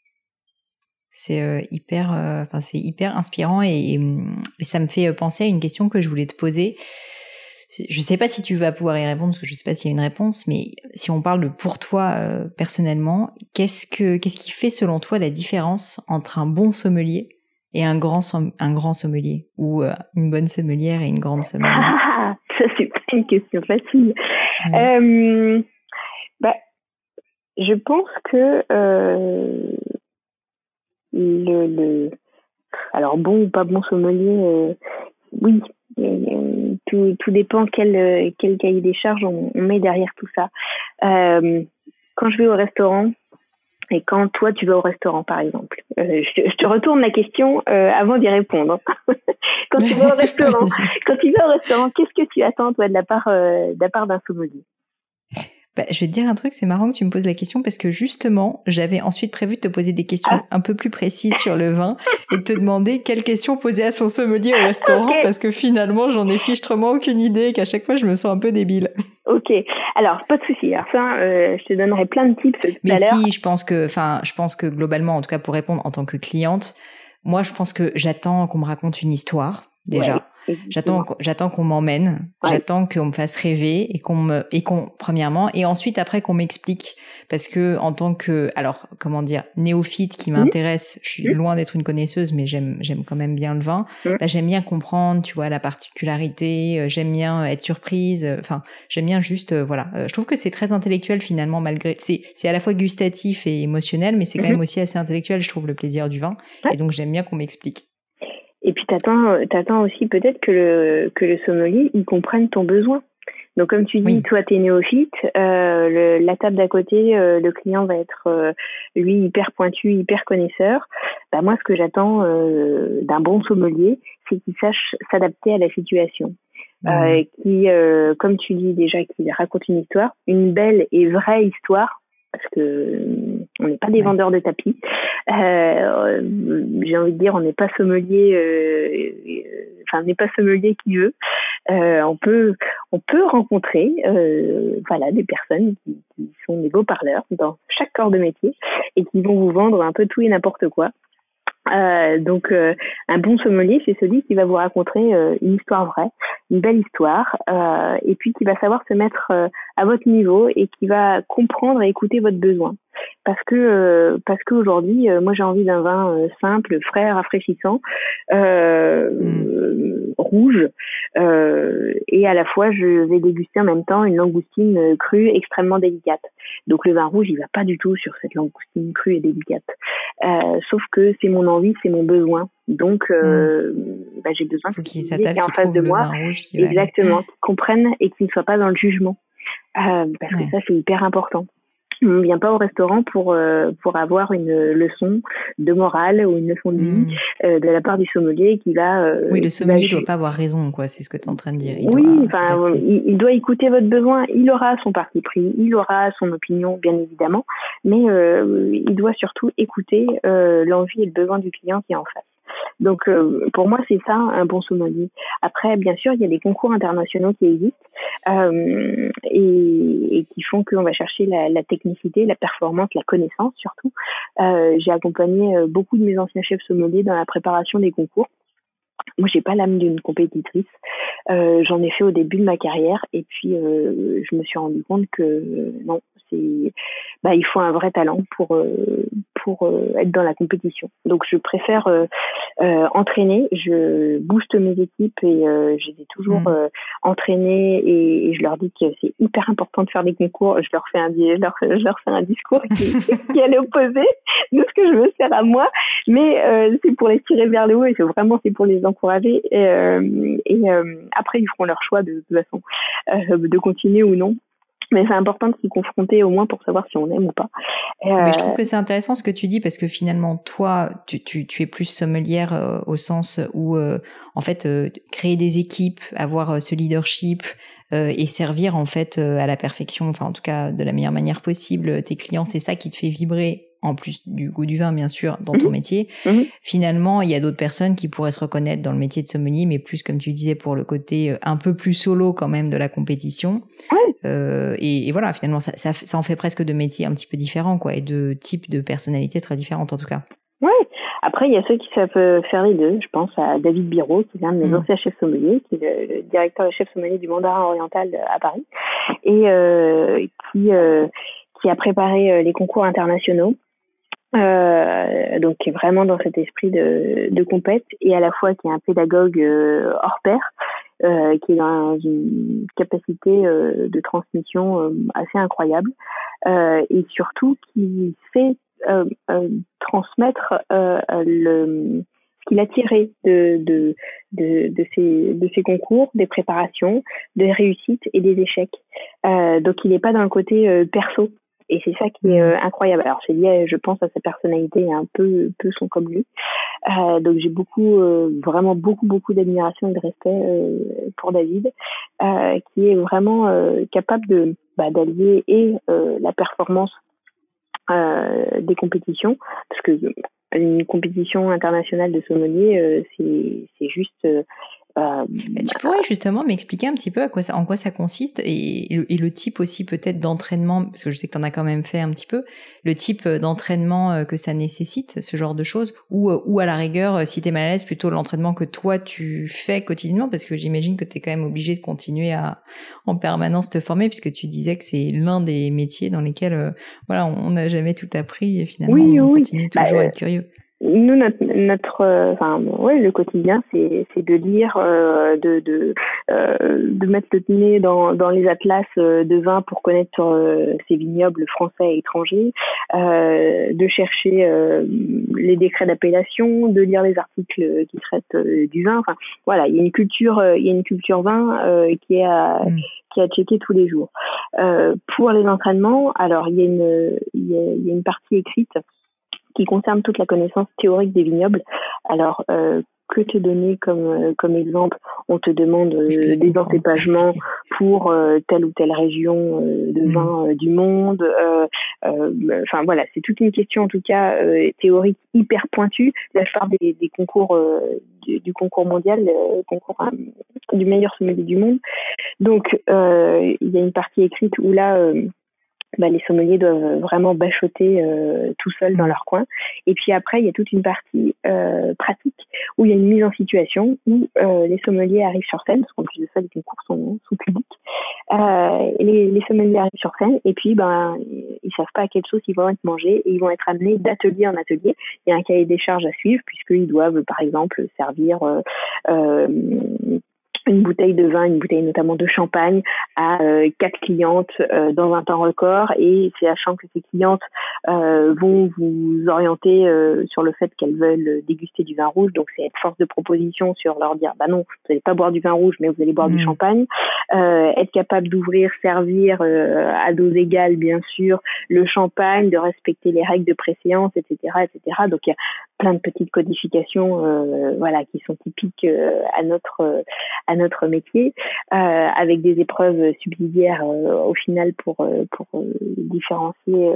C'est hyper inspirant et ça me fait penser à une question que je voulais te poser. Je sais pas si tu vas pouvoir y répondre parce que je sais pas s'il y a une réponse, mais si on parle de pour toi personnellement, qu'est-ce qui fait selon toi la différence entre un bon sommelier et un grand sommelier ou une bonne sommelière et une grande sommelière? Ah, ça c'est pas une question facile. Je pense que alors bon ou pas bon sommelier, oui. Tout dépend quel cahier des charges on met derrière tout ça. Quand je vais au restaurant et quand toi tu vas au restaurant par exemple, je te retourne la question avant d'y répondre. Quand tu vas au restaurant, qu'est-ce que tu attends toi de la part d'un sommelier? Je vais te dire un truc, c'est marrant que tu me poses la question parce que justement, j'avais ensuite prévu de te poser des questions un peu plus précises sur le vin et de te demander quelles questions poser à son sommelier au restaurant parce que finalement, j'en ai fichtrement aucune idée et qu'à chaque fois, je me sens un peu débile. Ok, alors pas de souci. Alors ça, je te donnerai plein de tips tout à l'heure. Mais si, je pense que globalement, en tout cas pour répondre en tant que cliente, moi, je pense que j'attends qu'on me raconte une histoire déjà. Ouais. J'attends qu'on m'emmène, j'attends qu'on me fasse rêver et premièrement et ensuite après qu'on m'explique parce que en tant que néophyte qui m'intéresse, je suis loin d'être une connaisseuse mais j'aime quand même bien le vin. J'aime bien comprendre, tu vois, la particularité, j'aime bien être surprise, j'aime bien juste je trouve que c'est très intellectuel finalement malgré c'est à la fois gustatif et émotionnel mais c'est quand même aussi assez intellectuel, je trouve le plaisir du vin et donc j'aime bien qu'on m'explique. Et puis t'attends aussi peut-être que le sommelier il comprenne ton besoin. Donc comme tu dis, toi t'es néophyte, la table d'à côté, le client va être lui hyper pointu, hyper connaisseur. Moi ce que j'attends d'un bon sommelier, c'est qu'il sache s'adapter à la situation. Qui, comme tu dis déjà, qu'il raconte une histoire, une belle et vraie histoire. Parce que on n'est pas des vendeurs de tapis. J'ai envie de dire, on n'est pas sommelier. On n'est pas sommelier qui veut. On peut rencontrer, des personnes qui sont des beaux parleurs dans chaque corps de métier et qui vont vous vendre un peu tout et n'importe quoi. Donc un bon sommelier, c'est celui qui va vous raconter une histoire vraie, une belle histoire, et puis qui va savoir se mettre à votre niveau et qui va comprendre et écouter votre besoin. Parce que aujourd'hui, moi j'ai envie d'un vin simple, frais, rafraîchissant, rouge, et à la fois je vais déguster en même temps une langoustine crue extrêmement délicate. Donc le vin rouge, il va pas du tout sur cette langoustine crue et délicate. Sauf que c'est mon envie, c'est mon besoin. Donc j'ai besoin qu'il y ait en face de moi, exactement, qu'ils comprennent et qu'ils ne soient pas dans le jugement. Parce que ça c'est hyper important. On ne vient pas au restaurant pour avoir une leçon de morale ou une leçon de vie de la part du sommelier qui va... le sommelier ne doit pas avoir raison, quoi. C'est ce que tu es en train de dire. Il doit écouter votre besoin. Il aura son parti pris, il aura son opinion, bien évidemment, mais il doit surtout écouter l'envie et le besoin du client qui est en face. Donc pour moi c'est ça un bon sommelier. Après bien sûr il y a des concours internationaux qui existent et qui font qu'on va chercher la technicité, la performance, la connaissance surtout. J'ai accompagné beaucoup de mes anciens chefs sommeliers dans la préparation des concours. Moi j'ai pas l'âme d'une compétitrice, j'en ai fait au début de ma carrière et puis je me suis rendu compte que non, il faut un vrai talent pour être dans la compétition. Donc je préfère entraîner, je booste mes équipes et je les ai toujours entraînées et je leur dis que c'est hyper important de faire des concours. Je leur fais un discours qui est à l'opposé de ce que je veux faire à moi, mais c'est pour les tirer vers le haut et c'est pour les encourager et après ils feront leur choix de toute façon de continuer ou non. Mais c'est important de s'y confronter au moins pour savoir si on aime ou pas. Mais je trouve que c'est intéressant ce que tu dis parce que finalement, toi, tu es plus sommelière au sens où, créer des équipes, avoir ce leadership et servir en fait à la perfection, enfin en tout cas de la meilleure manière possible tes clients, c'est ça qui te fait vibrer en plus du goût du vin, bien sûr, dans ton métier. Finalement, il y a d'autres personnes qui pourraient se reconnaître dans le métier de sommelier, mais plus, comme tu disais, pour le côté un peu plus solo quand même de la compétition. Et voilà, finalement, ça en fait presque deux métiers un petit peu différents, quoi, et deux types de personnalités très différentes, en tout cas. Oui. Après, il y a ceux qui savent faire les deux. Je pense à David Biro, qui est l'un de mes anciens chefs sommeliers, qui est le directeur et chef sommelier du Mandarin Oriental à Paris, et qui a préparé les concours internationaux. Donc qui est vraiment dans cet esprit de compète, et à la fois qui est un pédagogue hors pair, qui est dans une capacité de transmission assez incroyable, et surtout qui sait transmettre ce qu'il a tiré de ces concours, des préparations, des réussites et des échecs. Donc il n'est pas dans le côté perso. Et c'est ça qui est incroyable. Alors c'est lié, je pense, à sa personnalité et un peu son comme lui. Donc j'ai vraiment beaucoup d'admiration et de respect pour David, qui est vraiment capable d'allier et la performance des compétitions, parce que une compétition internationale de sommelier, c'est juste tu pourrais justement m'expliquer un petit peu en quoi ça consiste, et le type aussi peut-être d'entraînement, parce que je sais que tu en as quand même fait un petit peu, le type d'entraînement que ça nécessite, ce genre de choses, ou à la rigueur, si t'es mal à l'aise, plutôt l'entraînement que toi tu fais quotidiennement, parce que j'imagine que t'es quand même obligé de continuer à en permanence te former, puisque tu disais que c'est l'un des métiers dans lesquels on n'a jamais tout appris, et finalement on continue toujours à être curieux. Nous, le quotidien, c'est de lire, de mettre le nez dans les atlas de vin pour connaître ces vignobles français et étrangers, de chercher les décrets d'appellation, de lire les articles qui traitent du vin. Enfin, voilà, il y a une culture vin qui est à checker tous les jours. Pour les entraînements, alors il y a une partie écrite qui concerne toute la connaissance théorique des vignobles. Alors, que te donner comme exemple? On te demande des encépagements pour telle ou telle région de vin du monde. Enfin voilà, c'est toute une question en tout cas théorique hyper pointue. La plupart des concours du concours mondial, concours du meilleur sommelier du monde. Donc il y a une partie écrite où là les sommeliers doivent vraiment bachoter tout seuls dans leur coin. Et puis après, il y a toute une partie pratique où il y a une mise en situation où les sommeliers arrivent sur scène, parce qu'en plus de ça, les concours sont publics. Les sommeliers arrivent sur scène et puis ils savent pas à quelle sauce ils vont être mangés, et ils vont être amenés d'atelier en atelier. Il y a un cahier des charges à suivre, puisqu'ils doivent, par exemple, servir une bouteille de vin, une bouteille notamment de champagne à 4 clientes dans un temps record, et sachant que ces clientes vont vous orienter sur le fait qu'elles veulent déguster du vin rouge, donc c'est être force de proposition sur leur dire non, vous n'allez pas boire du vin rouge mais vous allez boire du champagne, être capable d'ouvrir, servir à dose égale bien sûr le champagne, de respecter les règles de préséance, etc. Donc il y a plein de petites codifications qui sont typiques à notre métier, avec des épreuves subsidiaires au final pour différencier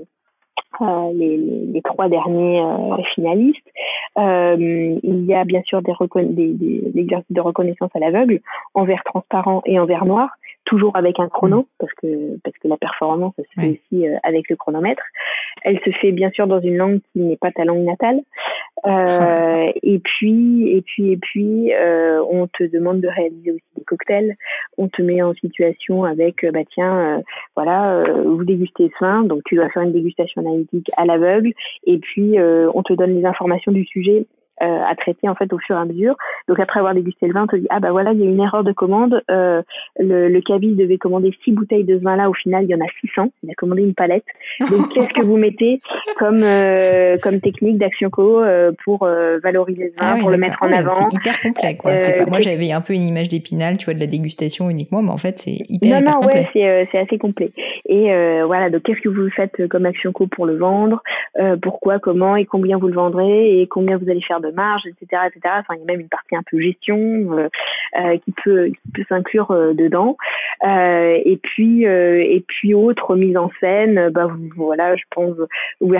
les 3 derniers finalistes. Il y a bien sûr des exercices de reconnaissance à l'aveugle en verre transparent et en verre noir, toujours avec un chrono, parce que la performance se fait aussi avec le chronomètre. Elle se fait bien sûr dans une langue qui n'est pas ta langue natale. Et puis, on te demande de réaliser aussi des cocktails. On te met en situation avec, vous dégustez ce vin, donc tu dois faire une dégustation analytique à l'aveugle. Et puis, on te donne les informations du sujet à traiter en fait au fur et à mesure. Donc après avoir dégusté le vin, on te dit il y a une erreur de commande. Le caviste devait commander 6 bouteilles de ce vin-là. Au final, il y en a 600. Il a commandé une palette. Donc qu'est-ce que vous mettez comme technique d'action co pour valoriser ce vin, pour le mettre en avant? C'est hyper complet, quoi. Moi, j'avais un peu une image d'Épinal, tu vois, de la dégustation uniquement, mais en fait, c'est hyper complet. C'est assez complet. Et donc qu'est-ce que vous faites comme action co pour le vendre? Pourquoi, comment et combien vous le vendrez et combien vous allez faire de marge, etc. Enfin, il y a même une partie un peu gestion qui peut s'inclure dedans. Et puis autre mise en scène, je pense ouverture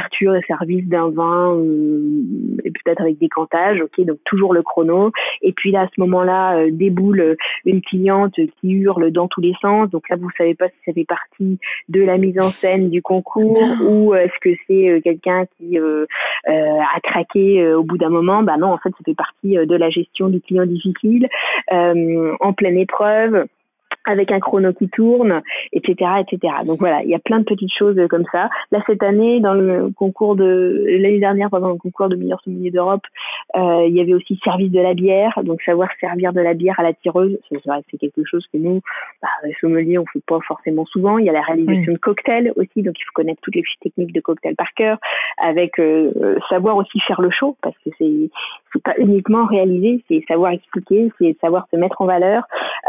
ouverture et service d'un vin, et peut-être avec décantage, ok, donc toujours le chrono. Et puis là, à ce moment-là, déboule une cliente qui hurle dans tous les sens. Donc là, vous savez pas si ça fait partie de la mise en scène du concours ou est-ce que c'est quelqu'un qui a craqué au bout d'un moment. Bah non, en fait, ça fait partie de la gestion du client difficile, en pleine épreuve, avec un chrono qui tourne, etc., etc. Donc voilà, il y a plein de petites choses comme ça. Là, cette année, l'année dernière, pendant le concours de meilleur sommelier d'Europe, il y avait aussi service de la bière, donc savoir servir de la bière à la tireuse. C'est vrai que c'est quelque chose que nous, les sommeliers, on fait pas forcément souvent. Il y a la réalisation de cocktails aussi, donc il faut connaître toutes les fiches techniques de cocktail par cœur, avec savoir aussi faire le show, parce que c'est pas uniquement réaliser, c'est savoir expliquer, c'est savoir se mettre en valeur,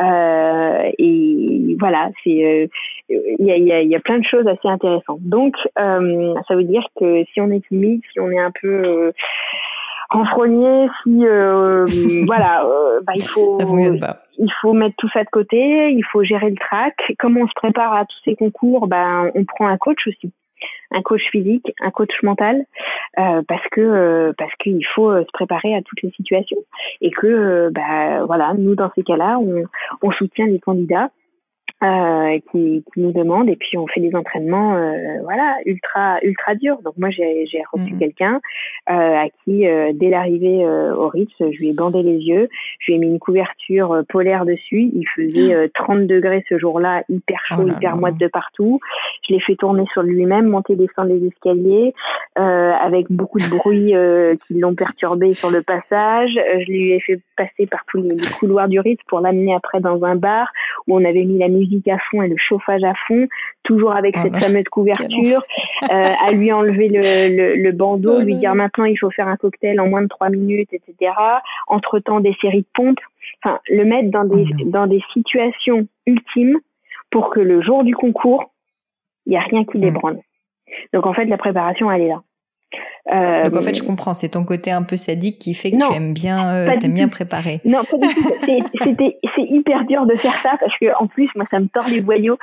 et voilà, il y a plein de choses assez intéressantes. Donc ça veut dire que si on est timide, si on est un peu renfrogné, si il faut mettre tout ça de côté, il faut gérer le track. Comment on se prépare à tous ces concours? On prend un coach aussi. Un coach physique, un coach mental, parce qu'il faut se préparer à toutes les situations, et que nous dans ces cas-là on soutient les candidats qui nous demandent, et puis on fait des entraînements ultra durs. Donc moi j'ai reçu quelqu'un à qui dès l'arrivée au Ritz, je lui ai bandé les yeux, je lui ai mis une couverture polaire dessus, il faisait 30 degrés ce jour-là, hyper chaud, hyper moite de partout. Je l'ai fait tourner sur lui-même, monter, descendre les escaliers, avec beaucoup de bruit qui l'ont perturbé sur le passage. Je lui ai fait passer par tous les couloirs du Ritz pour l'amener après dans un bar où on avait mis la musique à fond et le chauffage à fond, toujours avec cette fameuse couverture, à lui enlever le bandeau, lui dire maintenant il faut faire un cocktail en moins de 3 minutes, etc. Entre-temps, des séries de pompes, enfin, le mettre dans des situations ultimes pour que le jour du concours, il n'y a rien qui l'ébranle. Donc en fait, la préparation, elle est là. Donc en fait, je comprends, c'est ton côté un peu sadique qui fait que tu aimes bien préparer. Non, pas du tout. C'est hyper dur de faire ça parce que en plus, moi, ça me tord les boyaux.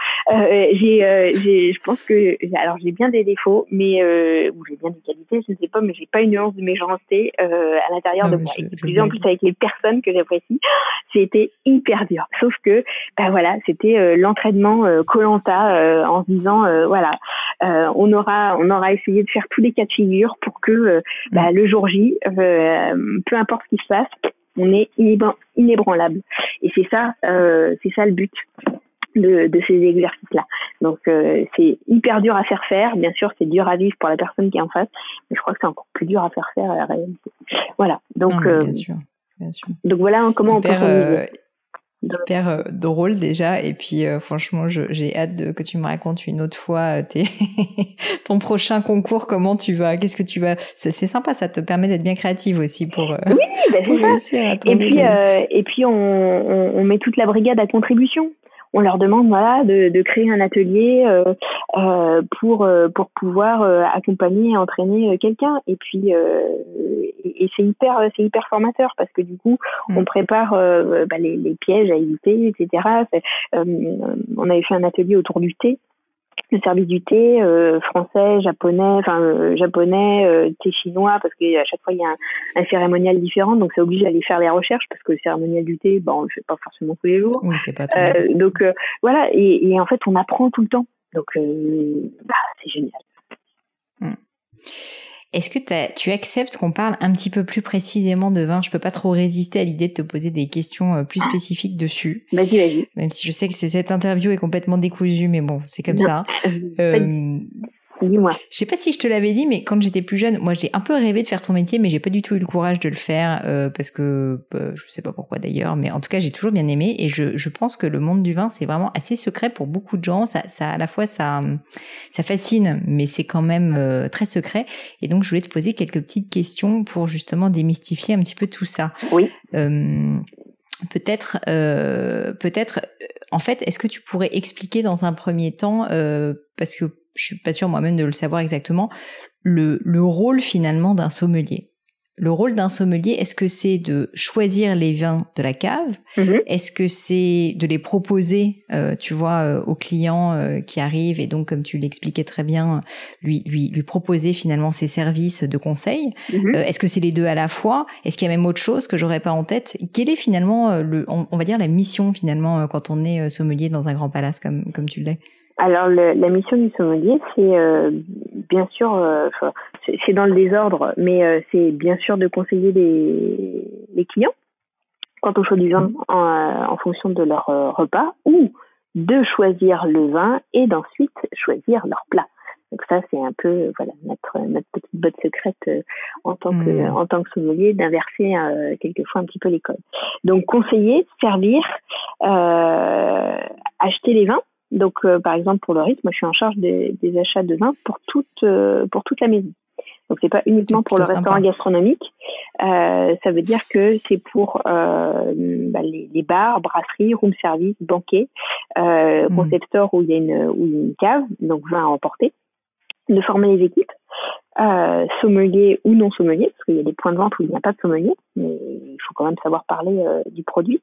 Je pense que, alors j'ai bien des défauts, mais ou j'ai bien des qualités, je ne sais pas, mais j'ai pas une nuance de méchanceté à l'intérieur de moi. Et en plus avec les personnes que j'apprécie, c'était hyper dur. Sauf que, c'était l'entraînement Koh-Lanta en se disant on aura essayé de faire tous les cas de figure pour que le jour J, peu importe ce qui se passe, on est inébranlable. Et c'est ça le but de ces exercices-là. Donc c'est hyper dur à faire. Bien sûr, c'est dur à vivre pour la personne qui est en face, mais je crois que c'est encore plus dur à faire à la réalité. Voilà. Donc bien sûr. Donc voilà comment on peut s'amuser. Hyper drôle déjà, et puis franchement j'ai hâte que tu me racontes une autre fois ton prochain concours, comment tu vas, qu'est-ce que tu vas, c'est sympa, ça te permet d'être bien créative aussi pour c'est ça. Et puis on met toute la brigade à contribution. On leur demande de créer un atelier pour pouvoir accompagner et entraîner quelqu'un, et puis et c'est hyper formateur parce que du coup on prépare les pièges à éviter, etc. On avait fait un atelier autour du thé, le service du thé français, japonais, thé chinois, parce qu'à chaque fois il y a un cérémonial différent, donc ça oblige d'aller faire les recherches parce que le cérémonial du thé, on le fait pas forcément tous les jours. Oui, c'est pas tout. Donc voilà, et en fait on apprend tout le temps, donc c'est génial. Est-ce que tu acceptes qu'on parle un petit peu plus précisément de vin? Je peux pas trop résister à l'idée de te poser des questions plus spécifiques dessus. Vas-y. Même si je sais que cette interview est complètement décousue, mais bon, c'est comme ça. Dis-moi. Je sais pas si je te l'avais dit, mais quand j'étais plus jeune, moi j'ai un peu rêvé de faire ton métier, mais j'ai pas du tout eu le courage de le faire parce que je sais pas pourquoi d'ailleurs, mais en tout cas j'ai toujours bien aimé, et je pense que le monde du vin c'est vraiment assez secret pour beaucoup de gens. Ça à la fois ça fascine, mais c'est quand même très secret. Et donc je voulais te poser quelques petites questions pour justement démystifier un petit peu tout ça. Oui. Peut-être, en fait, est-ce que tu pourrais expliquer dans un premier temps, parce que je suis pas sûre moi-même de le savoir exactement, le rôle finalement d'un sommelier. le rôle d'un sommelier, est-ce que c'est de choisir les vins de la cave? Est-ce que c'est de les proposer, tu vois, aux clients qui arrivent et donc, comme tu l'expliquais très bien, lui proposer finalement ses services de conseil? Est-ce que c'est les deux à la fois? Est-ce qu'il y a même autre chose que j'aurais pas en tête? Quelle est finalement, on va dire la mission finalement quand on est sommelier dans un grand palace comme tu l'es? Alors la mission du sommelier, c'est bien sûr, c'est dans le désordre, mais c'est bien sûr de conseiller les clients quant au choix du vin en fonction de leur repas, ou de choisir le vin et d'ensuite choisir leur plat. Donc ça, c'est un peu notre petite botte secrète en tant que sommelier, d'inverser quelquefois un petit peu les codes. Donc conseiller, servir, acheter les vins. Donc, par exemple, pour le rite, moi, je suis en charge des achats de vin pour toute la maison. Donc, c'est pas uniquement pour le restaurant gastronomique. Ça veut dire que c'est pour les bars, brasseries, room service, banquets, concept store où il y a une cave, donc vin à emporter, de former les équipes, sommelier ou non sommelier, parce qu'il y a des points de vente où il n'y a pas de sommelier, mais il faut quand même savoir parler du produit.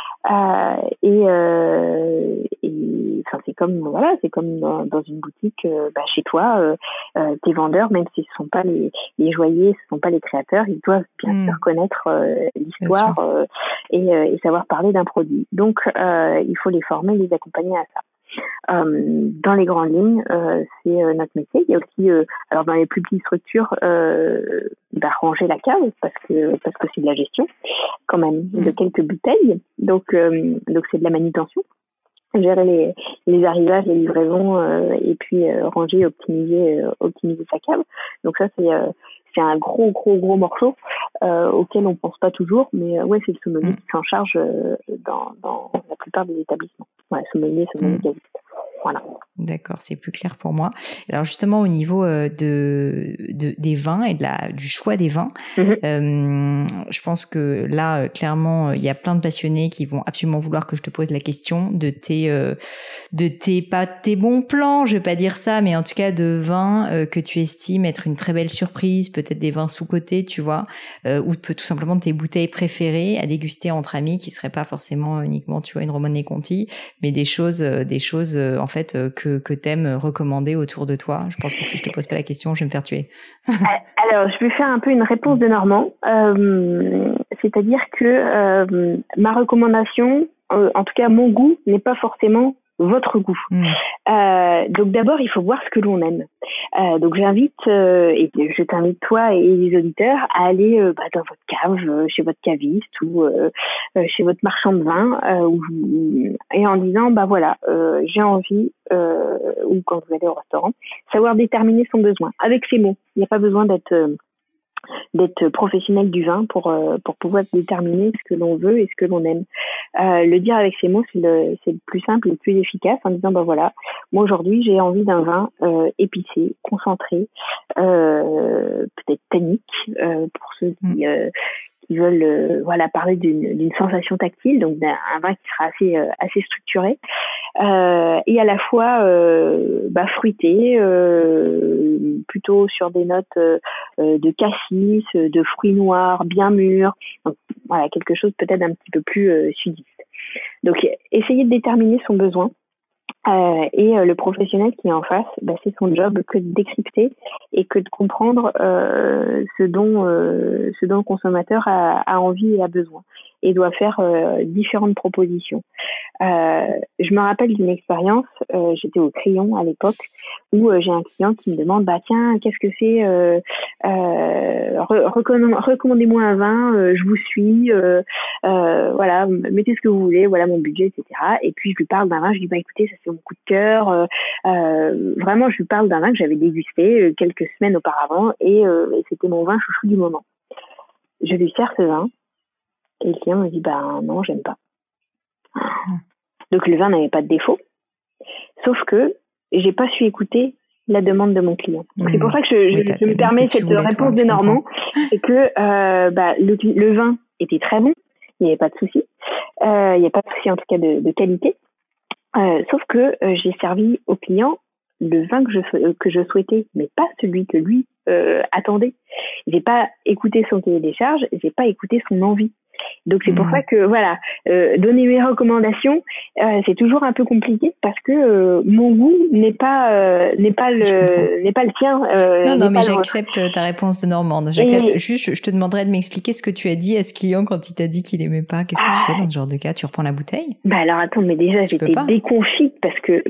C'est comme dans une boutique chez toi, tes vendeurs, même si ce sont pas les joailliers, ce sont pas les créateurs, ils doivent bien sûr connaître l'histoire et savoir parler d'un produit. Donc il faut les former, les accompagner à ça. Dans les grandes lignes, c'est notre métier. Il y a aussi, alors dans les plus petites structures, ranger la cave parce que c'est de la gestion quand même de quelques bouteilles. Donc c'est de la manutention, gérer les arrivages, les livraisons, et puis ranger, optimiser sa cave. Donc ça c'est un gros morceau auquel on pense pas toujours, mais c'est le sommelier qui s'en charge dans la plupart des établissements. Ouais, sommelier caviste. Voilà. D'accord, c'est plus clair pour moi. Alors justement au niveau des vins et du choix des vins, je pense que là clairement il y a plein de passionnés qui vont absolument vouloir que je te pose la question de tes bons plans, je vais pas dire ça, mais en tout cas de vins que tu estimes être une très belle surprise, peut-être des vins sous-cotés, tu vois, ou tout simplement de tes bouteilles préférées à déguster entre amis qui seraient pas forcément uniquement, tu vois, une Romanée Conti, mais des choses en fait que t'aimes recommander autour de toi. Je pense que si je te pose pas la question, je vais me faire tuer. Alors, je vais faire un peu une réponse de Normand, c'est-à-dire que ma recommandation, en tout cas mon goût, n'est pas forcément votre goût. Donc d'abord, il faut voir ce que l'on aime. Donc j'invite, et je t'invite toi et les auditeurs à aller dans votre cave, chez votre caviste ou chez votre marchand de vin, et en disant j'ai envie, ou quand vous allez au restaurant, savoir déterminer son besoin avec ses mots. Il n'y a pas besoin d'être professionnel du vin pour pouvoir déterminer ce que l'on veut et ce que l'on aime. Le dire avec ses mots, c'est le plus simple et le plus efficace, en disant moi aujourd'hui j'ai envie d'un vin épicé, concentré, peut-être tannique, pour ceux qui veulent parler d'une sensation tactile, donc un vin qui sera assez structuré, et à la fois fruité, plutôt sur des notes de cassis, de fruits noirs bien mûrs, donc voilà, quelque chose peut-être un petit peu plus sudiste. Donc essayer de déterminer son besoin, et le professionnel qui est en face, c'est son job que de décrypter et que de comprendre ce dont le consommateur a envie et a besoin, et doit faire différentes propositions. Je me rappelle d'une expérience, j'étais au Crayon à l'époque, où j'ai un client qui me demande tiens, qu'est-ce que c'est, recommandez-moi un vin, je vous suis, voilà, mettez ce que vous voulez, voilà mon budget, etc. Et puis je lui parle d'un vin, je lui dis écoutez, ça c'est mon coup de cœur, vraiment je lui parle d'un vin que j'avais dégusté quelques semaines auparavant, et c'était mon vin chouchou du moment. Je lui sers ce vin et le client me dit non, j'aime pas. Donc le vin n'avait pas de défaut, sauf que j'ai pas su écouter la demande de mon client. Donc c'est pour ça que je me permets cette réponse de Normand, c'est que le vin était très bon, il n'y avait pas de souci, il n'y a pas de souci en tout cas de qualité, sauf que j'ai servi au client le vin que je souhaitais, mais pas celui que lui attendait. j'ai pas écouté son cahier des charges, j'ai pas écouté son envie. Donc c'est pour ça que voilà, donner mes recommandations, c'est toujours un peu compliqué parce que mon goût n'est pas le tien. Non, mais j'accepte ta réponse de Normande. J'accepte. Juste, je te demanderais de m'expliquer ce que tu as dit à ce client quand il t'a dit qu'il aimait pas. Qu'est-ce que tu fais dans ce genre de cas? Tu reprends la bouteille? Bah alors attends, mais déjà j'étais déconfite parce que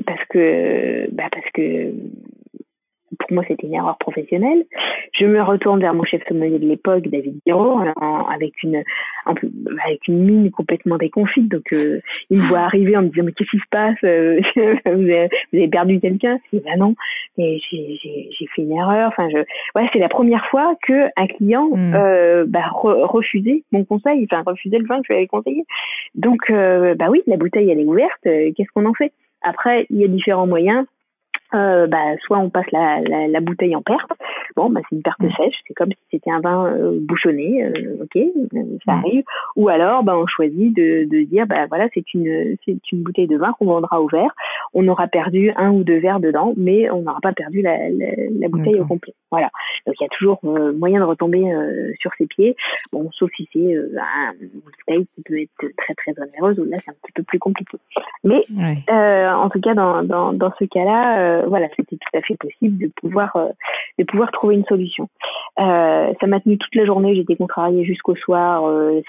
pour moi, c'était une erreur professionnelle. Je me retourne vers mon chef sommelier de l'époque, David Guiraud, avec une mine complètement déconfite. Donc, il me voit arriver en me disant, mais qu'est-ce qui se passe? Vous avez perdu quelqu'un? Je dis, bah non, et j'ai fait une erreur. Enfin, c'est la première fois que un client, refusait mon conseil, enfin, refusait le vin que je lui avais conseillé. Donc, oui, la bouteille, elle est ouverte. Qu'est-ce qu'on en fait? Après, il y a différents moyens. Soit on passe la bouteille en perte. C'est une perte sèche, c'est comme si c'était un vin bouchonné, ok, ça arrive. Ou alors, on choisit de dire, voilà, c'est une bouteille de vin qu'on vendra au verre. On aura perdu 1 ou 2 verres dedans, mais on n'aura pas perdu la bouteille au complet. Voilà. Donc il y a toujours moyen de retomber sur ses pieds. Bon, sauf si c'est une bouteille qui peut être très très onéreuse, où là c'est un petit peu plus compliqué. Mais en tout cas dans ce cas-là, c'était tout à fait possible de pouvoir trouver une solution. Ça m'a tenu toute la journée, j'étais contrariée jusqu'au soir.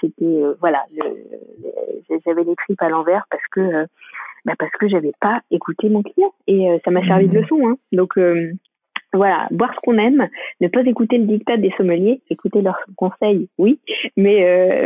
J'avais les tripes à l'envers parce que j'avais pas écouté mon client et ça m'a servi de leçon. Hein. Donc boire ce qu'on aime, ne pas écouter le diktat des sommeliers, écouter leurs conseils, oui, mais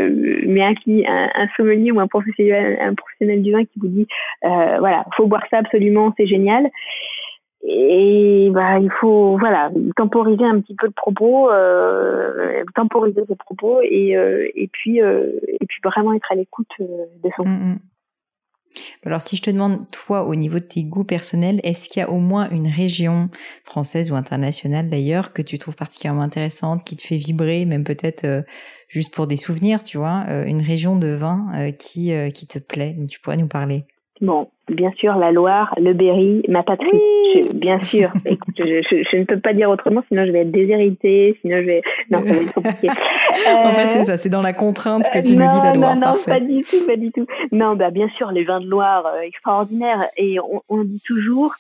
un sommelier ou un professionnel du vin qui vous dit faut boire ça absolument, c'est génial. Et il faut temporiser un petit peu le propos, temporiser ses propos et puis vraiment être à l'écoute de son. Alors si je te demande toi au niveau de tes goûts personnels, est-ce qu'il y a au moins une région française ou internationale d'ailleurs que tu trouves particulièrement intéressante, qui te fait vibrer, même peut-être juste pour des souvenirs, tu vois, une région de vin qui te plaît, dont tu pourrais nous parler? Bon, bien sûr, la Loire, le Berry, ma patrie. Oui. Bien sûr. Écoute, je ne peux pas dire autrement, sinon je vais être déshéritée, sinon je vais... Non, ça va être compliqué. En fait, c'est ça, c'est dans la contrainte que tu nous dis la Loire. Non, pas du tout. Non, bien sûr, les vins de Loire, extraordinaires. Et on dit toujours,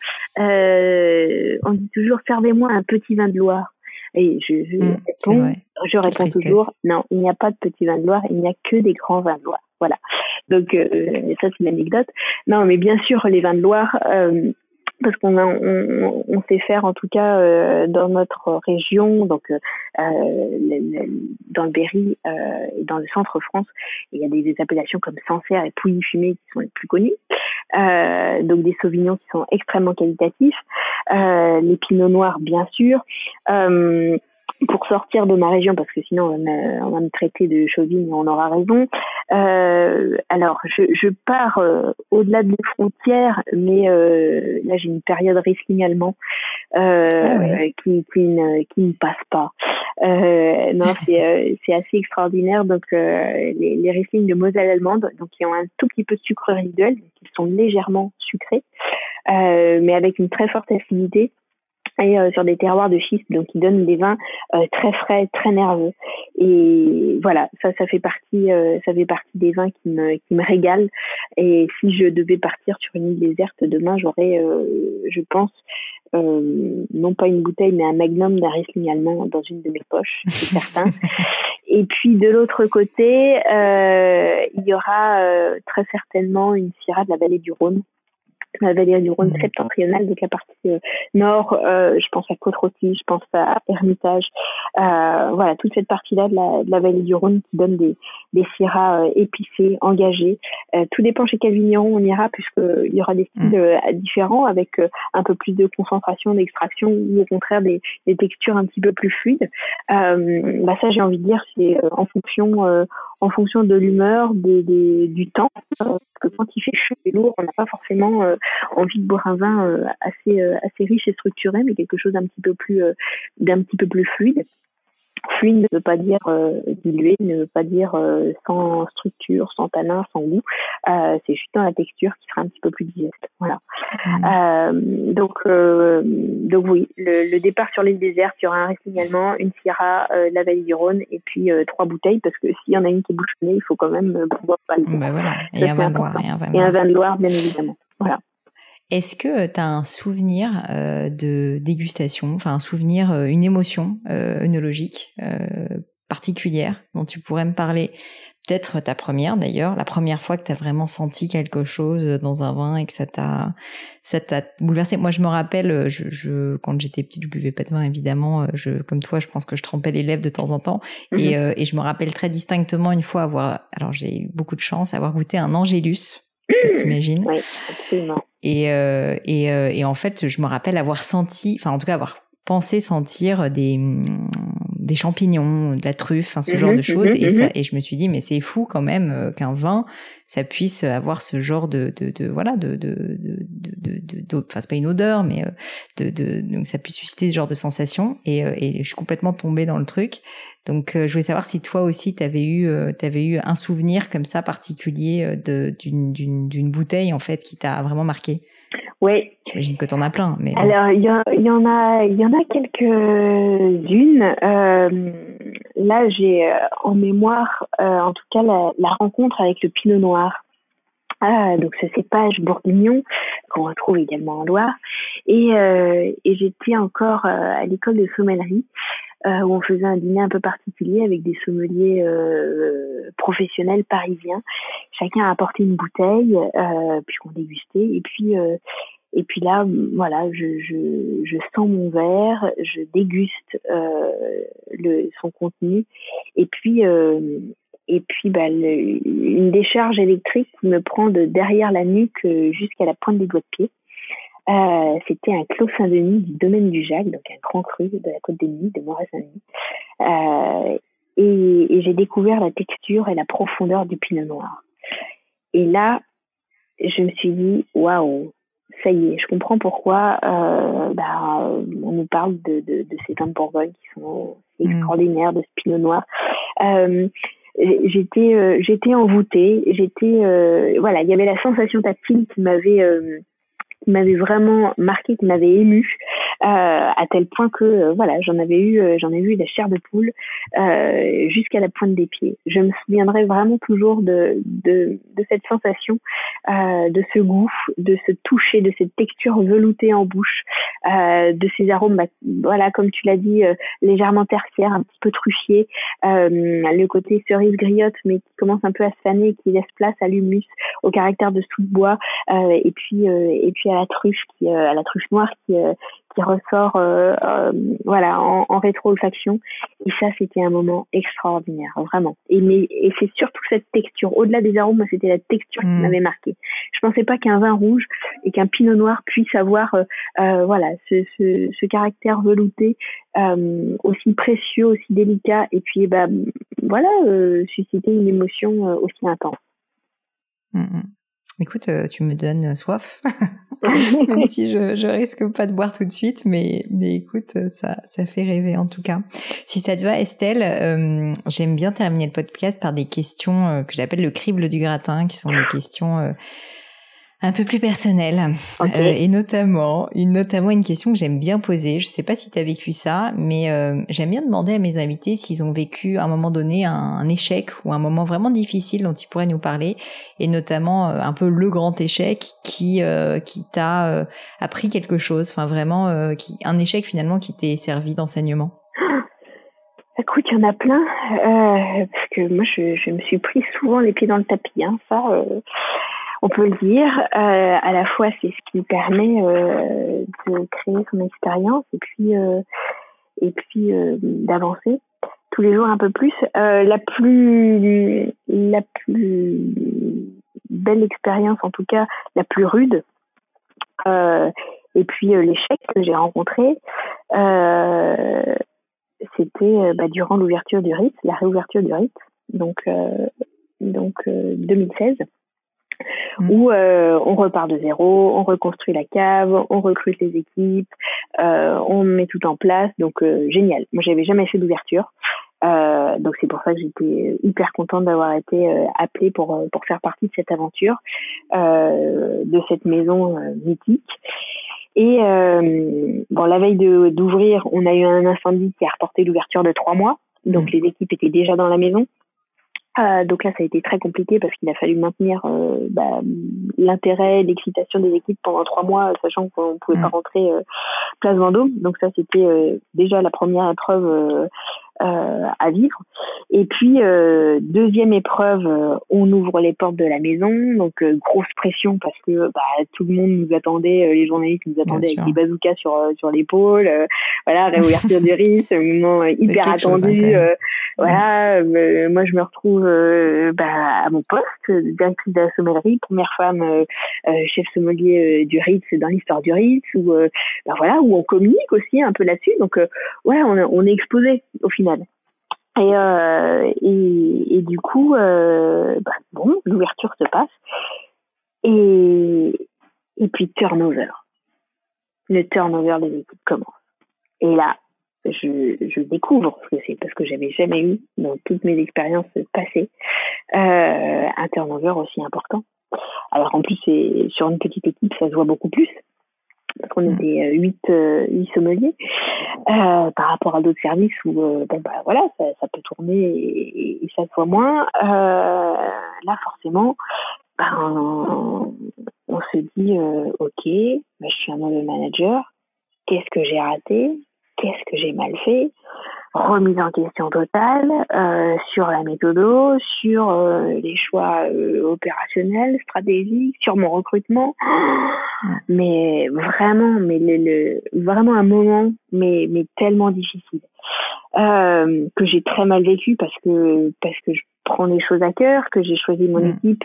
servez-moi un petit vin de Loire. Et je réponds toujours, non, il n'y a pas de petit vin de Loire, il n'y a que des grands vins de Loire. Voilà. Donc ça c'est l'anecdote. Non, mais bien sûr les vins de Loire, parce qu'on sait faire en tout cas dans notre région, donc dans le Berry et dans le centre France, il y a des appellations comme Sancerre et Pouilly-Fumé qui sont les plus connues. Donc des sauvignons qui sont extrêmement qualitatifs, les pinots noirs bien sûr. Pour sortir de ma région, parce que sinon on va me traiter de chauvine et on aura raison. Alors je pars au-delà des frontières, mais là j'ai une période Riesling allemand qui ne passe pas. Non, c'est assez extraordinaire. Donc les Riesling de Moselle allemande, donc qui ont un tout petit peu de sucre résiduel, qui sont légèrement sucrés, mais avec une très forte acidité. Et sur des terroirs de schiste, donc qui donnent des vins très frais, très nerveux. Et voilà, ça fait partie des vins qui me régalent. Et si je devais partir sur une île déserte demain, j'aurais, je pense, non pas une bouteille, mais un magnum d'un Riesling allemand dans une de mes poches, c'est certain. Et puis de l'autre côté, il y aura très certainement une Syrah de la vallée du Rhône. La vallée du Rhône septentrionale, donc la partie nord, je pense à Côte-Rôtie, je pense à Hermitage, toute cette partie-là de la vallée du Rhône qui donne des syrahs épicés, engagés. Tout dépend chez quel vigneron on ira, puisqu'il y aura des styles différents, avec un peu plus de concentration, d'extraction, ou au contraire des textures un petit peu plus fluides. Ça, j'ai envie de dire, c'est en fonction de l'humeur, du temps. Parce que quand il fait chaud et lourd, on n'a pas forcément envie de boire un vin assez riche et structuré, mais quelque chose d'un petit peu plus fluide. Fluide ne veut pas dire dilué, ne veut pas dire sans structure, sans tanin, sans goût. C'est juste dans la texture qui sera un petit peu plus digeste. Voilà. Donc oui, le départ sur l'île déserte, il y aura un Riesling allemand, une Syrah, la Vallée du Rhône, et puis 3 bouteilles, parce que s'il y en a une qui est bouchonnée, il faut quand même boire pas le temps. Ben voilà. Et un vin de Loire. Et un vin de Loire, bien évidemment. Voilà. Est-ce que tu as un souvenir de dégustation, enfin un souvenir, une émotion œnologique particulière dont tu pourrais me parler? Peut-être ta première d'ailleurs, la première fois que tu as vraiment senti quelque chose dans un vin et que ça t'a bouleversé. Moi, je me rappelle, quand j'étais petite, je buvais pas de vin évidemment. Comme toi, je pense que je trempais les lèvres de temps en temps. Et je me rappelle très distinctement une fois alors j'ai eu beaucoup de chance, avoir goûté un Angélus. Je sais pas si t'imagines. Oui, absolument. Et en fait, je me rappelle avoir senti, enfin en tout cas avoir pensé sentir des champignons, de la truffe, ce genre de choses. Et je me suis dit, mais c'est fou quand même qu'un vin, ça puisse avoir ce genre enfin c'est pas une odeur, mais donc ça puisse susciter ce genre de sensation. Et je suis complètement tombée dans le truc. Donc je voulais savoir si toi aussi t'avais eu un souvenir comme ça particulier d'une bouteille en fait qui t'a vraiment marqué. Oui. J'imagine que t'en as plein, mais bon. Alors il y en a quelques-unes. Là j'ai en mémoire, en tout cas la rencontre avec le Pinot Noir. Donc ce cépage bourguignon qu'on retrouve également en Loire. Et j'étais encore à l'école de sommellerie. Où on faisait un dîner un peu particulier avec des sommeliers professionnels parisiens. Chacun a apporté une bouteille, puis qu'on dégustait. Et puis là, voilà, je sens mon verre, je déguste son contenu. Et puis une décharge électrique qui me prend de derrière la nuque jusqu'à la pointe des doigts de pied. C'était un Clos Saint-Denis du domaine du Jacques, donc un grand cru de la Côte des Nuits, de Moret-Saint-Denis. Et j'ai découvert la texture et la profondeur du Pinot Noir. Et là, je me suis dit, waouh, ça y est, je comprends pourquoi on nous parle de ces vins de Bourgogne qui sont extraordinaires, de ce Pinot Noir. J'étais envoûtée, voilà, il y avait la sensation tactile qui m'avait vraiment marqué, qui m'avait émue, à tel point que voilà, j'en ai eu la chair de poule jusqu'à la pointe des pieds. Je me souviendrai vraiment toujours de cette sensation, de ce goût, de ce toucher, de cette texture veloutée en bouche, de ces arômes, voilà, comme tu l'as dit, légèrement tertiaires, un petit peu truffiers, le côté cerise griotte, mais qui commence un peu à se faner, qui laisse place à l'humus, au caractère de sous-bois, et puis à la truffe à la truffe noire qui ressort voilà en rétro-olfaction. Et ça, c'était un moment extraordinaire, vraiment. Et c'est surtout cette texture, au-delà des arômes, c'était la texture qui m'avait marqué. Je pensais pas qu'un vin rouge et qu'un pinot noir puisse avoir voilà ce caractère velouté aussi précieux, aussi délicat, et puis voilà, susciter une émotion aussi intense. Écoute, tu me donnes soif, même si je risque pas de boire tout de suite, mais écoute, ça fait rêver en tout cas. Si ça te va, Estelle, j'aime bien terminer le podcast par des questions que j'appelle le crible du gratin, qui sont des questions un peu plus personnelles, okay. Et notamment une question que j'aime bien poser. Je sais pas si tu as vécu ça, mais j'aime bien demander à mes invités s'ils ont vécu à un moment donné un échec ou un moment vraiment difficile dont ils pourraient nous parler, et notamment un peu le grand échec qui t'a appris quelque chose, enfin vraiment un échec finalement qui t'est servi d'enseignement. Écoute, il y en a plein, parce que moi je me suis pris souvent les pieds dans le tapis, hein, ça on peut le dire. À la fois c'est ce qui permet de créer son expérience et puis d'avancer tous les jours un peu plus. La plus belle expérience, en tout cas la plus rude, et puis l'échec que j'ai rencontré, c'était durant l'ouverture du Ritz, la réouverture du Ritz, donc 2016. Où on repart de zéro, on reconstruit la cave, on recrute les équipes, on met tout en place, donc génial. Moi, j'avais jamais fait d'ouverture, Donc c'est pour ça que j'étais hyper contente d'avoir été appelée pour faire partie de cette aventure, de cette maison mythique. Et bon, la veille d'ouvrir, on a eu un incendie qui a reporté l'ouverture de 3 mois. Donc les équipes étaient déjà dans la maison. Donc là, ça a été très compliqué parce qu'il a fallu maintenir l'intérêt, l'excitation des équipes pendant 3 mois, sachant qu'on ne pouvait pas rentrer place Vendôme. Donc ça, c'était déjà la première épreuve à vivre. Et puis deuxième épreuve, on ouvre les portes de la maison, donc grosse pression parce que tout le monde nous attendait, les journalistes nous attendaient avec des bazookas sur l'épaule. Voilà, réouverture du RIS, un moment hyper attendu. Voilà, moi je me retrouve à mon poste, directrice de la sommellerie, première femme chef sommelier du Ritz dans l'histoire du Ritz, où où on communique aussi un peu là-dessus. Donc on est exposé au final. Et du coup, l'ouverture se passe et puis turnover. Le turnover des équipes commence. Et là, je découvre parce que j'avais jamais eu dans toutes mes expériences passées un turnover aussi important. Alors en plus, sur une petite équipe, ça se voit beaucoup plus. Parce qu'on était 8 sommeliers par rapport à d'autres services où ça peut tourner et ça se voit moins. Là forcément on se dit ok, je suis un mauvais manager, qu'est-ce que j'ai raté, qu'est-ce que j'ai mal fait, remise en question totale sur la méthodo, sur les choix opérationnels, stratégiques, sur mon recrutement. Mais vraiment, vraiment un moment, mais tellement difficile que j'ai très mal vécu parce que je prends les choses à cœur, que j'ai choisi mon équipe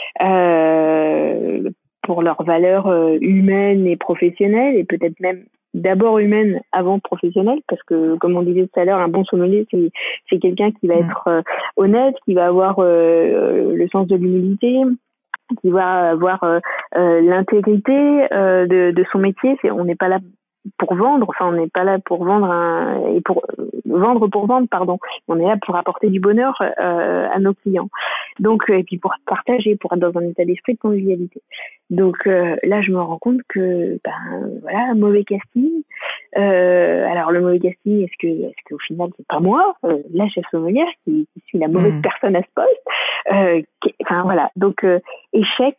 pour leurs valeurs humaines et professionnelles et peut-être même d'abord humaine avant professionnelle, parce que comme on disait tout à l'heure, un bon sommelier c'est quelqu'un qui va être honnête, qui va avoir le sens de l'humilité, qui va avoir l'intégrité de son métier. On n'est pas là pour vendre, on n'est pas là pour vendre pour vendre, pardon. On est là pour apporter du bonheur à nos clients. Donc et puis pour partager, pour être dans un état d'esprit de convivialité. Donc là je me rends compte que un mauvais casting. Alors le mauvais casting, est-ce qu'au final c'est pas moi, la chef sommelière qui suis la mauvaise personne à ce poste. Donc échec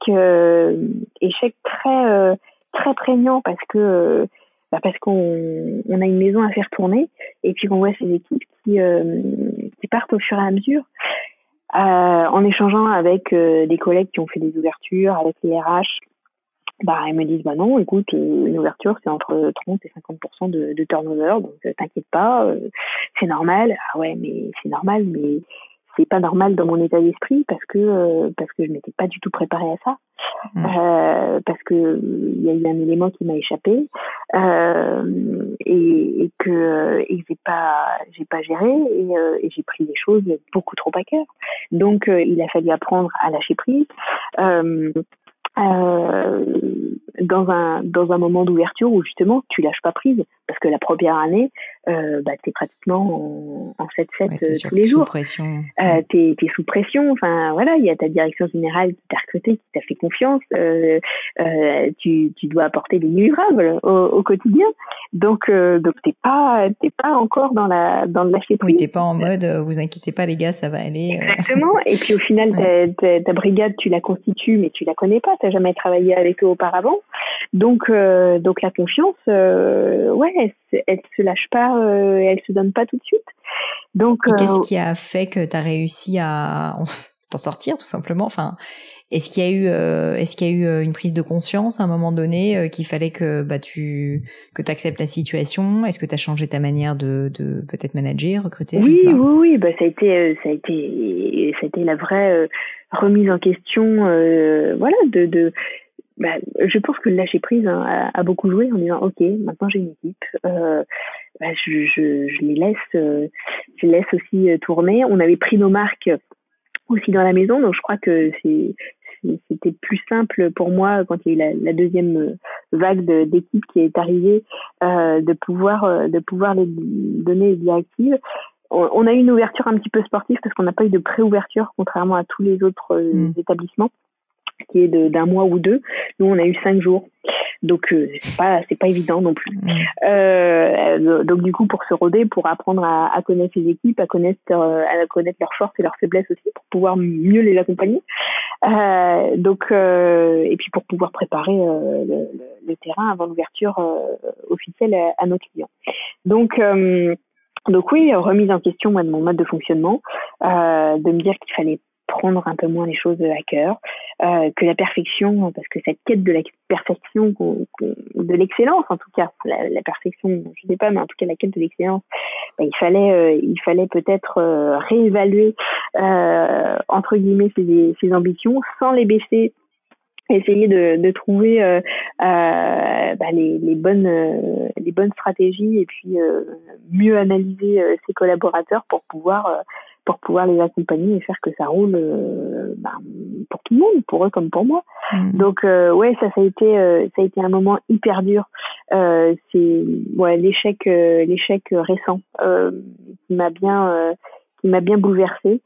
très très prégnant parce qu'on a une maison à faire tourner et puis qu'on voit ces équipes qui partent au fur et à mesure. En échangeant avec des collègues qui ont fait des ouvertures, avec les RH, ils me disent non, écoute, une ouverture c'est entre 30 et 50% de turnover, donc t'inquiète pas, c'est normal. Ah ouais, mais c'est normal, mais c'est pas normal dans mon état d'esprit parce que je m'étais pas du tout préparée à ça. Parce que il y a eu un élément qui m'a échappé et que j'ai pas géré et j'ai pris les choses beaucoup trop à cœur. Donc il a fallu apprendre à lâcher prise. Dans un moment d'ouverture où justement tu lâches pas prise parce que la première année t'es pratiquement en 7-7 tous les jours. Pression. T'es sous pression. Enfin voilà, il y a ta direction générale qui t'a recruté, qui t'a fait confiance. Tu dois apporter des livrables au quotidien. Donc t'es pas encore dans le lâcher prise. Oui, t'es pas en mode vous inquiétez pas les gars, ça va aller. Exactement. Et puis au final ta brigade tu la constitues mais tu la connais pas, t'as jamais travaillé avec eux auparavant. Donc la confiance elle se lâche pas, elle se donne pas tout de suite. Donc et qu'est-ce qui a fait que tu as réussi à t'en sortir tout simplement? Enfin, est-ce qu'il y a eu une prise de conscience à un moment donné qu'il fallait que tu acceptes la situation? Est-ce que tu as changé ta manière de peut-être manager, recruter? Oui, ça a été la vraie remise en question je pense que le lâcher prise a beaucoup joué en disant ok, maintenant j'ai une équipe, je les laisse aussi tourner. On avait pris nos marques aussi dans la maison, donc je crois que c'était plus simple pour moi quand il y a eu la deuxième vague d'équipes qui est arrivée de pouvoir les donner les directives. on a eu une ouverture un petit peu sportive parce qu'on n'a pas eu de pré-ouverture contrairement à tous les autres établissements qui est d'un mois ou deux. Nous, on a eu 5 jours. Donc, c'est pas évident non plus. Donc, du coup, pour se roder, pour apprendre à connaître les équipes, à connaître leurs forces et leurs faiblesses aussi, pour pouvoir mieux les accompagner. Et puis pour pouvoir préparer le terrain avant l'ouverture officielle à nos clients. Donc oui, remise en question moi, de mon mode de fonctionnement, de me dire qu'il fallait prendre un peu moins les choses à cœur, que la perfection, parce que cette quête de la perfection, de l'excellence en tout cas, la perfection, je sais pas, mais en tout cas la quête de l'excellence, il fallait peut-être réévaluer entre guillemets ses ambitions sans les baisser. Essayer de trouver les bonnes stratégies et puis mieux analyser ses collaborateurs pour pouvoir les accompagner et faire que ça roule pour tout le monde, pour eux comme pour moi. Donc ça a été un moment hyper dur. C'est l'échec récent qui m'a bien bouleversée.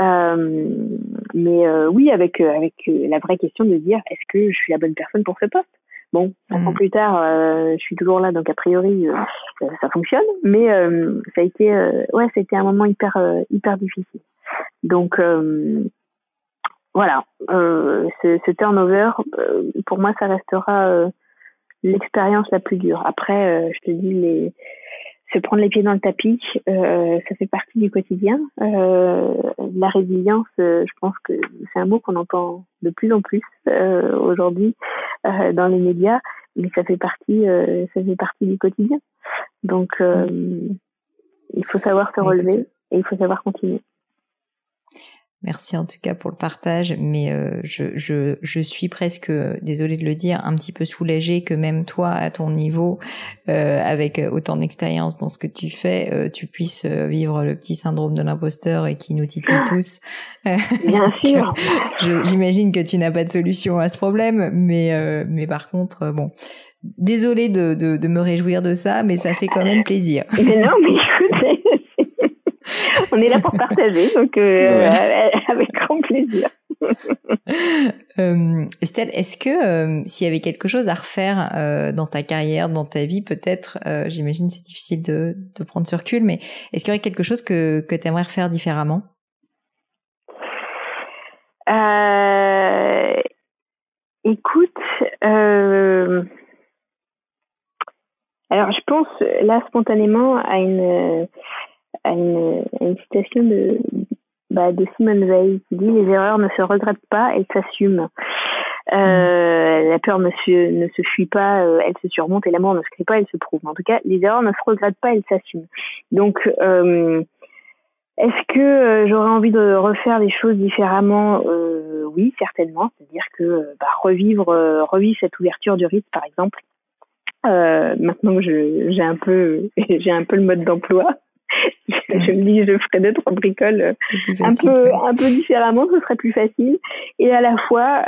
Mais oui, avec la vraie question de dire est-ce que je suis la bonne personne pour ce poste. Bon, 5 ans plus tard, je suis toujours là, donc a priori ça fonctionne. Mais ça a été un moment hyper difficile. Donc voilà, ce turnover, pour moi, ça restera l'expérience la plus dure. Après, je te dis se prendre les pieds dans le tapis, ça fait partie du quotidien. La résilience, je pense que c'est un mot qu'on entend de plus en plus aujourd'hui dans les médias, mais ça fait partie du quotidien. Donc, il faut savoir se relever et il faut savoir continuer. Merci en tout cas pour le partage, mais je suis presque, désolée de le dire, un petit peu soulagée que même toi, à ton niveau, avec autant d'expérience dans ce que tu fais, tu puisses vivre le petit syndrome de l'imposteur et qui nous titille tous. Bien sûr. J'imagine que tu n'as pas de solution à ce problème, mais par contre, bon, désolée de me réjouir de ça, mais ça fait quand même plaisir. Mais non, mais écoute, on est là pour partager, donc avec grand plaisir. Estelle, est-ce que s'il y avait quelque chose à refaire dans ta carrière, dans ta vie, peut-être, j'imagine c'est difficile de prendre ce recul, mais est-ce qu'il y aurait quelque chose que tu aimerais refaire différemment? Écoute, alors je pense là spontanément à une citation de Simone Veil qui dit: les erreurs ne se regrettent pas, elles s'assument. La peur ne se fuit pas, elle se surmonte, et l'amour ne se crée pas, elle se prouve. En tout cas, les erreurs ne se regrettent pas, elles s'assument. Donc est-ce que j'aurais envie de refaire les choses différemment? Oui, certainement. C'est-à-dire que revivre cette ouverture du rythme, par exemple. Maintenant que j'ai un peu le mode d'emploi, je me dis je ferais 2-3 bricoles un peu différemment, ce serait plus facile. Et à la fois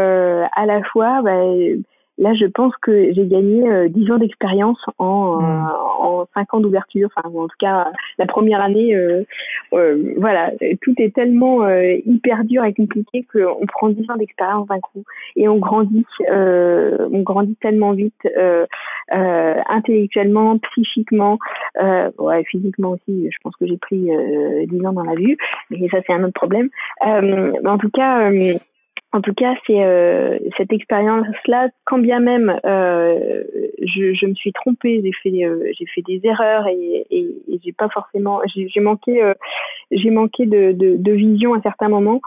là je pense que j'ai gagné 10 ans d'expérience en 5 ans d'ouverture, enfin en tout cas la première année, voilà, tout est tellement hyper dur et compliqué qu'on prend 10 ans d'expérience d'un coup et on grandit tellement vite, intellectuellement, psychiquement, physiquement aussi. Je pense que j'ai pris 10 ans dans la vue, mais ça c'est un autre problème. Mais en tout cas, c'est cette expérience-là, quand bien même je me suis trompée, j'ai fait des erreurs et j'ai pas forcément, j'ai manqué de vision à certains moments.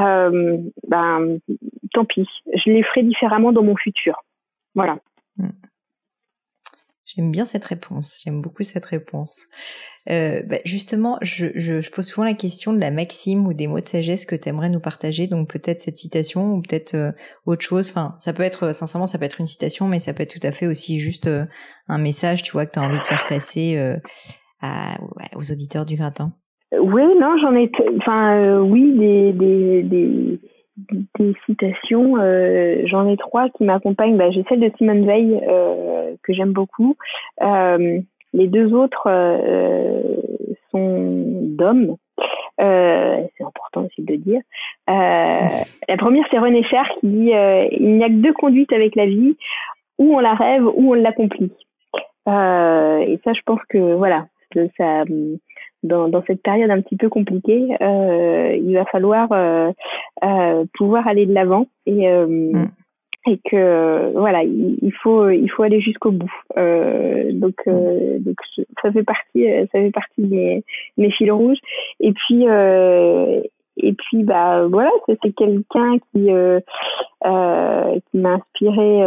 Tant pis, je les ferai différemment dans mon futur. Voilà. J'aime bien cette réponse, j'aime beaucoup cette réponse. Justement, je pose souvent la question de la maxime ou des mots de sagesse que tu aimerais nous partager, donc peut-être cette citation ou peut-être autre chose. Enfin, ça peut être, sincèrement, ça peut être une citation, mais ça peut être tout à fait aussi juste un message, tu vois, que tu as envie de faire passer aux auditeurs du Gratin. Oui, non, j'en ai, des citations, j'en ai 3 qui m'accompagnent. J'ai celle de Simone Veil que j'aime beaucoup. Les 2 autres façon d'homme. C'est important aussi de le dire. La première, c'est René Char qui dit il n'y a que deux conduites avec la vie, ou on la rêve ou on l'accomplit. Et ça, je pense que voilà, ça, dans cette période un petit peu compliquée, il va falloir pouvoir aller de l'avant et que voilà, il faut aller jusqu'au bout. Donc ça fait partie de mes fils rouges. Et puis bah voilà, c'est quelqu'un qui m'a inspiré.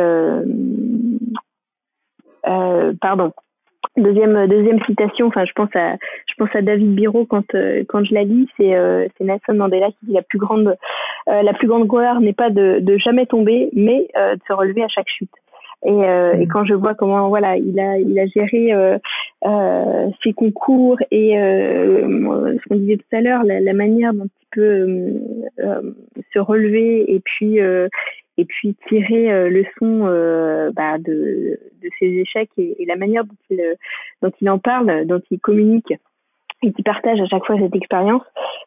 Pardon. Deuxième citation. Enfin, je pense à David Biro quand je la lis. C'est Nelson Mandela qui dit la plus grande gloire n'est pas de jamais tomber, mais de se relever à chaque chute. Et quand je vois comment voilà il a géré ses concours et ce qu'on disait tout à l'heure, la manière dont il peut se relever et puis tirer leçon de ses échecs et la manière dont il en parle, dont il communique et qui partage à chaque fois cette expérience.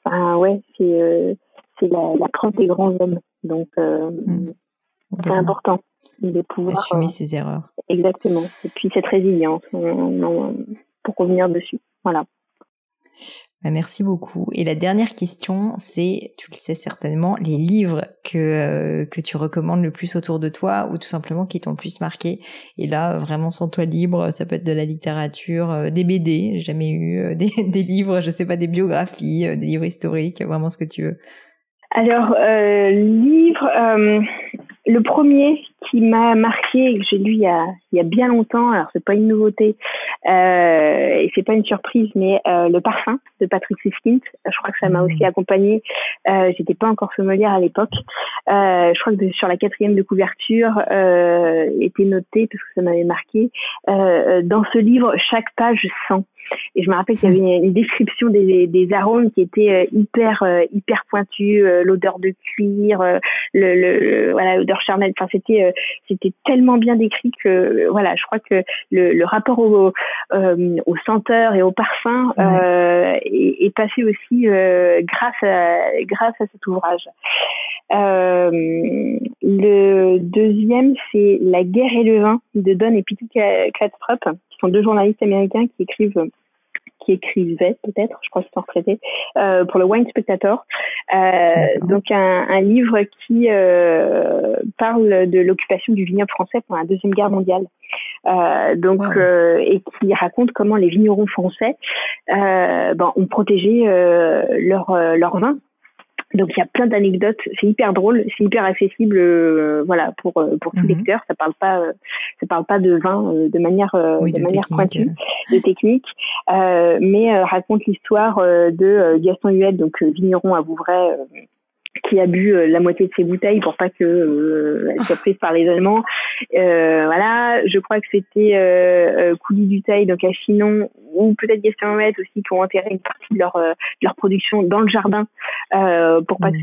C'est la preuve des grands hommes. Donc c'est important de pouvoir assumer ses erreurs. Exactement. Et puis cette résilience pour revenir dessus. Voilà. Merci beaucoup. Et la dernière question, c'est, tu le sais certainement, les livres que tu recommandes le plus autour de toi ou tout simplement qui t'ont le plus marqué. Et là, vraiment, sens-toi libre. Ça peut être de la littérature, des BD. J'ai jamais eu des livres, je sais pas, des biographies, des livres historiques, vraiment ce que tu veux. Alors, livre, le premier qui m'a marqué et que j'ai lu il y a bien longtemps, alors c'est pas une nouveauté et c'est pas une surprise, mais Le Parfum de Patrick Süskind. Je crois que ça m'a aussi accompagnée. J'étais pas encore sommelière à l'époque. Je crois que sur la 4e de couverture était noté, parce que ça m'avait marqué, dans ce livre, chaque page sent. Et je me rappelle qu'il y avait une description des arômes qui étaient hyper pointus, l'odeur de cuir, voilà, l'odeur charnelle. Enfin, c'était tellement bien décrit que voilà, je crois que le rapport aux senteurs et aux parfums est passé aussi grâce à cet ouvrage. Le deuxième, c'est La guerre et le vin de Don et Pete Kladstrup, qui sont deux journalistes américains qui écrivaient peut-être, je crois que c'est en retraité, pour le Wine Spectator. Donc un livre qui parle de l'occupation du vignoble français pendant la Deuxième Guerre mondiale. Et qui raconte comment les vignerons français ont protégé leur vin. Donc il y a plein d'anecdotes, c'est hyper drôle, c'est hyper accessible, voilà, pour tout lecteur. Ça parle pas de vin de manière pointue, de technique, mais raconte l'histoire de Gaston Huette, donc vigneron à Vouvray, qui a bu la moitié de ses bouteilles pour pas que elle soit prise par les Allemands. Voilà, je crois que c'était Coulis Dutheil, donc à Chinon, ou peut-être Gaston Huette aussi, pour enterrer une partie de leur production dans le jardin, pour pas que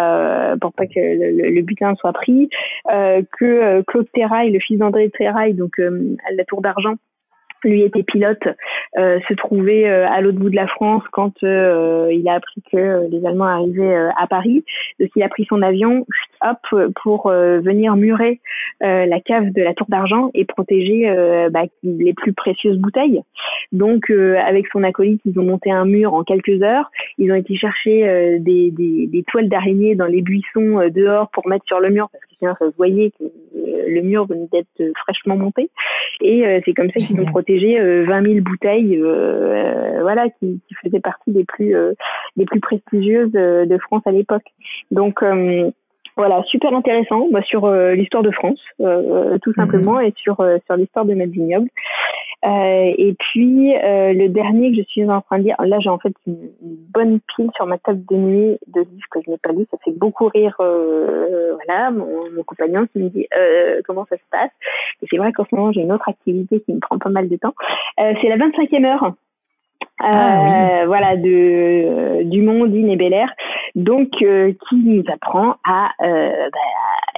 le butin soit pris, que Claude Terrail, le fils d'André Terrail, donc à la Tour d'Argent, lui était pilote, se trouvait à l'autre bout de la France quand il a appris que les Allemands arrivaient à Paris. Donc il a pris son avion, pour venir murer la cave de la Tour d'Argent et protéger les plus précieuses bouteilles. Donc avec son acolyte, ils ont monté un mur en quelques heures. Ils ont été chercher des toiles d'araignée dans les buissons dehors pour mettre sur le mur, parce que sinon ça se voyait que le mur venait d'être fraîchement monté. Et c'est comme ça qu'ils ont protégé 20 000 bouteilles, voilà, qui faisaient partie des plus prestigieuses de France à l'époque. Donc voilà, super intéressant, sur l'histoire de France, tout simplement, et sur l'histoire de notre vignoble. Et puis le dernier que je suis en train de lire, là j'ai en fait une bonne pile sur ma table de nuit de livres que je n'ai pas lus. Ça fait beaucoup rire voilà, mon compagnon qui me dit comment ça se passe. Et c'est vrai qu'en ce moment j'ai une autre activité qui me prend pas mal de temps. C'est la 25e heure. Voilà, de Dumont, Dean et Belair, donc qui nous apprend à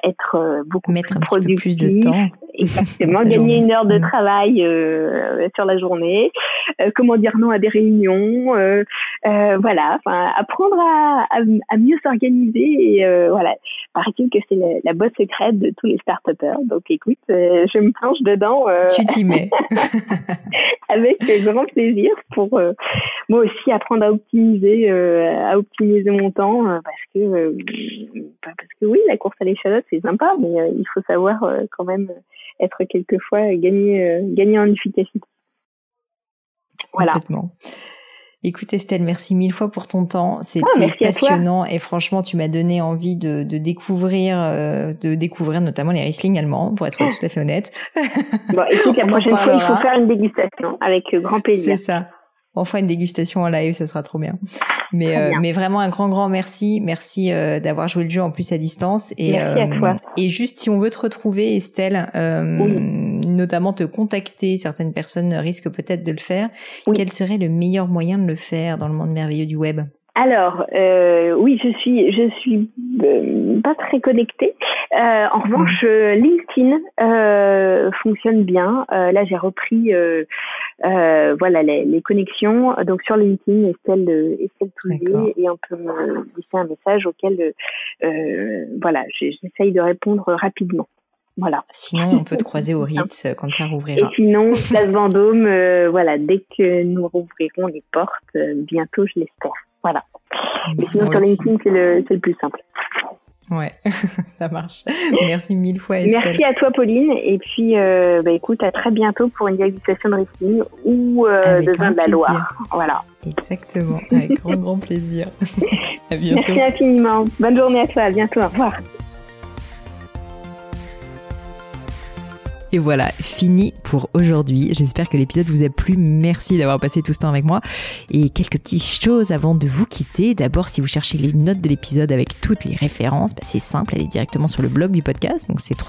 être beaucoup mettre plus productif, plus de temps. Exactement, gagner une heure de travail sur la journée, comment dire non à des réunions, voilà, enfin apprendre à mieux s'organiser et voilà, paraît-il que c'est la bosse secrète de tous les start-upers. Donc écoute, je me plonge dedans. Tu t'y mets. Avec grand plaisir pour moi aussi apprendre à optimiser mon temps parce que oui, la course à l'échalote c'est sympa, mais il faut savoir quand même être quelquefois gagner en efficacité. Voilà. Complètement. Écoute Estelle, merci mille fois pour ton temps. C'était passionnant et franchement, tu m'as donné envie de découvrir notamment les Riesling allemands, pour être tout à fait honnête. Bon, écoute, la prochaine fois, il faut faire une dégustation avec grand plaisir. C'est ça. On fera une dégustation en live, ça sera trop bien. Mais vraiment un grand merci. Merci d'avoir joué le jeu en plus à distance. Et, merci à toi. Et juste si on veut te retrouver, Estelle, notamment te contacter, certaines personnes risquent peut-être de le faire. Oui. Quel serait le meilleur moyen de le faire dans le monde merveilleux du web ? Alors, oui, je suis pas très connectée. En revanche, LinkedIn fonctionne bien. Là, j'ai repris voilà les connexions. Donc sur LinkedIn, Estelle Touzier, et on peut me laisser un message auquel voilà, j'essaye de répondre rapidement. Voilà. Sinon, on peut te croiser au Ritz quand ça rouvrira. Et sinon, Place Vendôme, voilà, dès que nous rouvrirons les portes, bientôt, je l'espère. Voilà. Mais sinon, sur LinkedIn, c'est le plus simple. Ouais, ça marche. Merci mille fois, Estelle. Merci à toi, Pauline. Et puis, écoute, à très bientôt pour une dégustation de Riesling ou de vin de la Loire. Voilà. Exactement. Avec grand plaisir. À bientôt. Merci infiniment. Bonne journée à toi. À bientôt. Au revoir. Et voilà, fini pour aujourd'hui. J'espère que l'épisode vous a plu. Merci d'avoir passé tout ce temps avec moi. Et quelques petites choses avant de vous quitter. D'abord, si vous cherchez les notes de l'épisode avec toutes les références, c'est simple, allez directement sur le blog du podcast. Donc c'est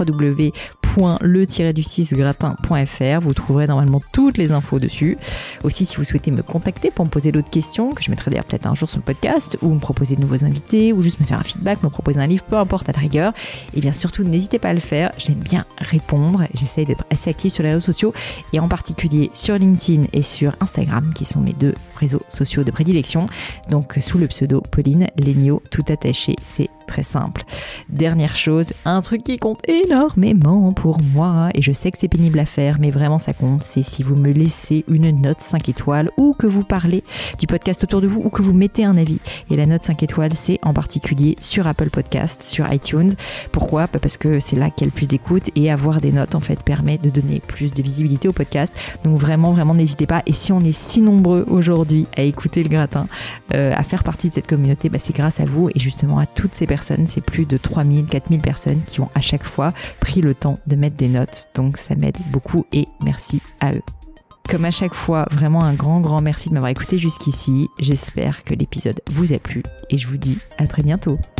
www.le-du6gratin.fr. Vous trouverez normalement toutes les infos dessus. Aussi, si vous souhaitez me contacter pour me poser d'autres questions, que je mettrai d'ailleurs peut-être un jour sur le podcast, ou me proposer de nouveaux invités, ou juste me faire un feedback, me proposer un livre, peu importe à la rigueur, et bien surtout, n'hésitez pas à le faire. J'aime bien répondre. J'essaie d'être assez active sur les réseaux sociaux et en particulier sur LinkedIn et sur Instagram qui sont mes 2 réseaux sociaux de prédilection. Donc sous le pseudo Pauline Léniaud, tout attaché, c'est très simple. Dernière chose, un truc qui compte énormément pour moi et je sais que c'est pénible à faire mais vraiment ça compte, c'est si vous me laissez une note 5 étoiles ou que vous parlez du podcast autour de vous ou que vous mettez un avis. Et la note 5 étoiles, c'est en particulier sur Apple Podcast, sur iTunes. Pourquoi ? Parce que c'est là qu'il y a le plus d'écoute et avoir des notes en fait permet de donner plus de visibilité au podcast. Donc vraiment n'hésitez pas. Et si on est si nombreux aujourd'hui à écouter le gratin, à faire partie de cette communauté, c'est grâce à vous et justement à toutes ces personnes, c'est plus de 3000, 4000 personnes qui ont à chaque fois pris le temps de mettre des notes. Donc ça m'aide beaucoup et merci à eux. Comme à chaque fois, vraiment un grand merci de m'avoir écouté jusqu'ici. J'espère que l'épisode vous a plu et je vous dis à très bientôt.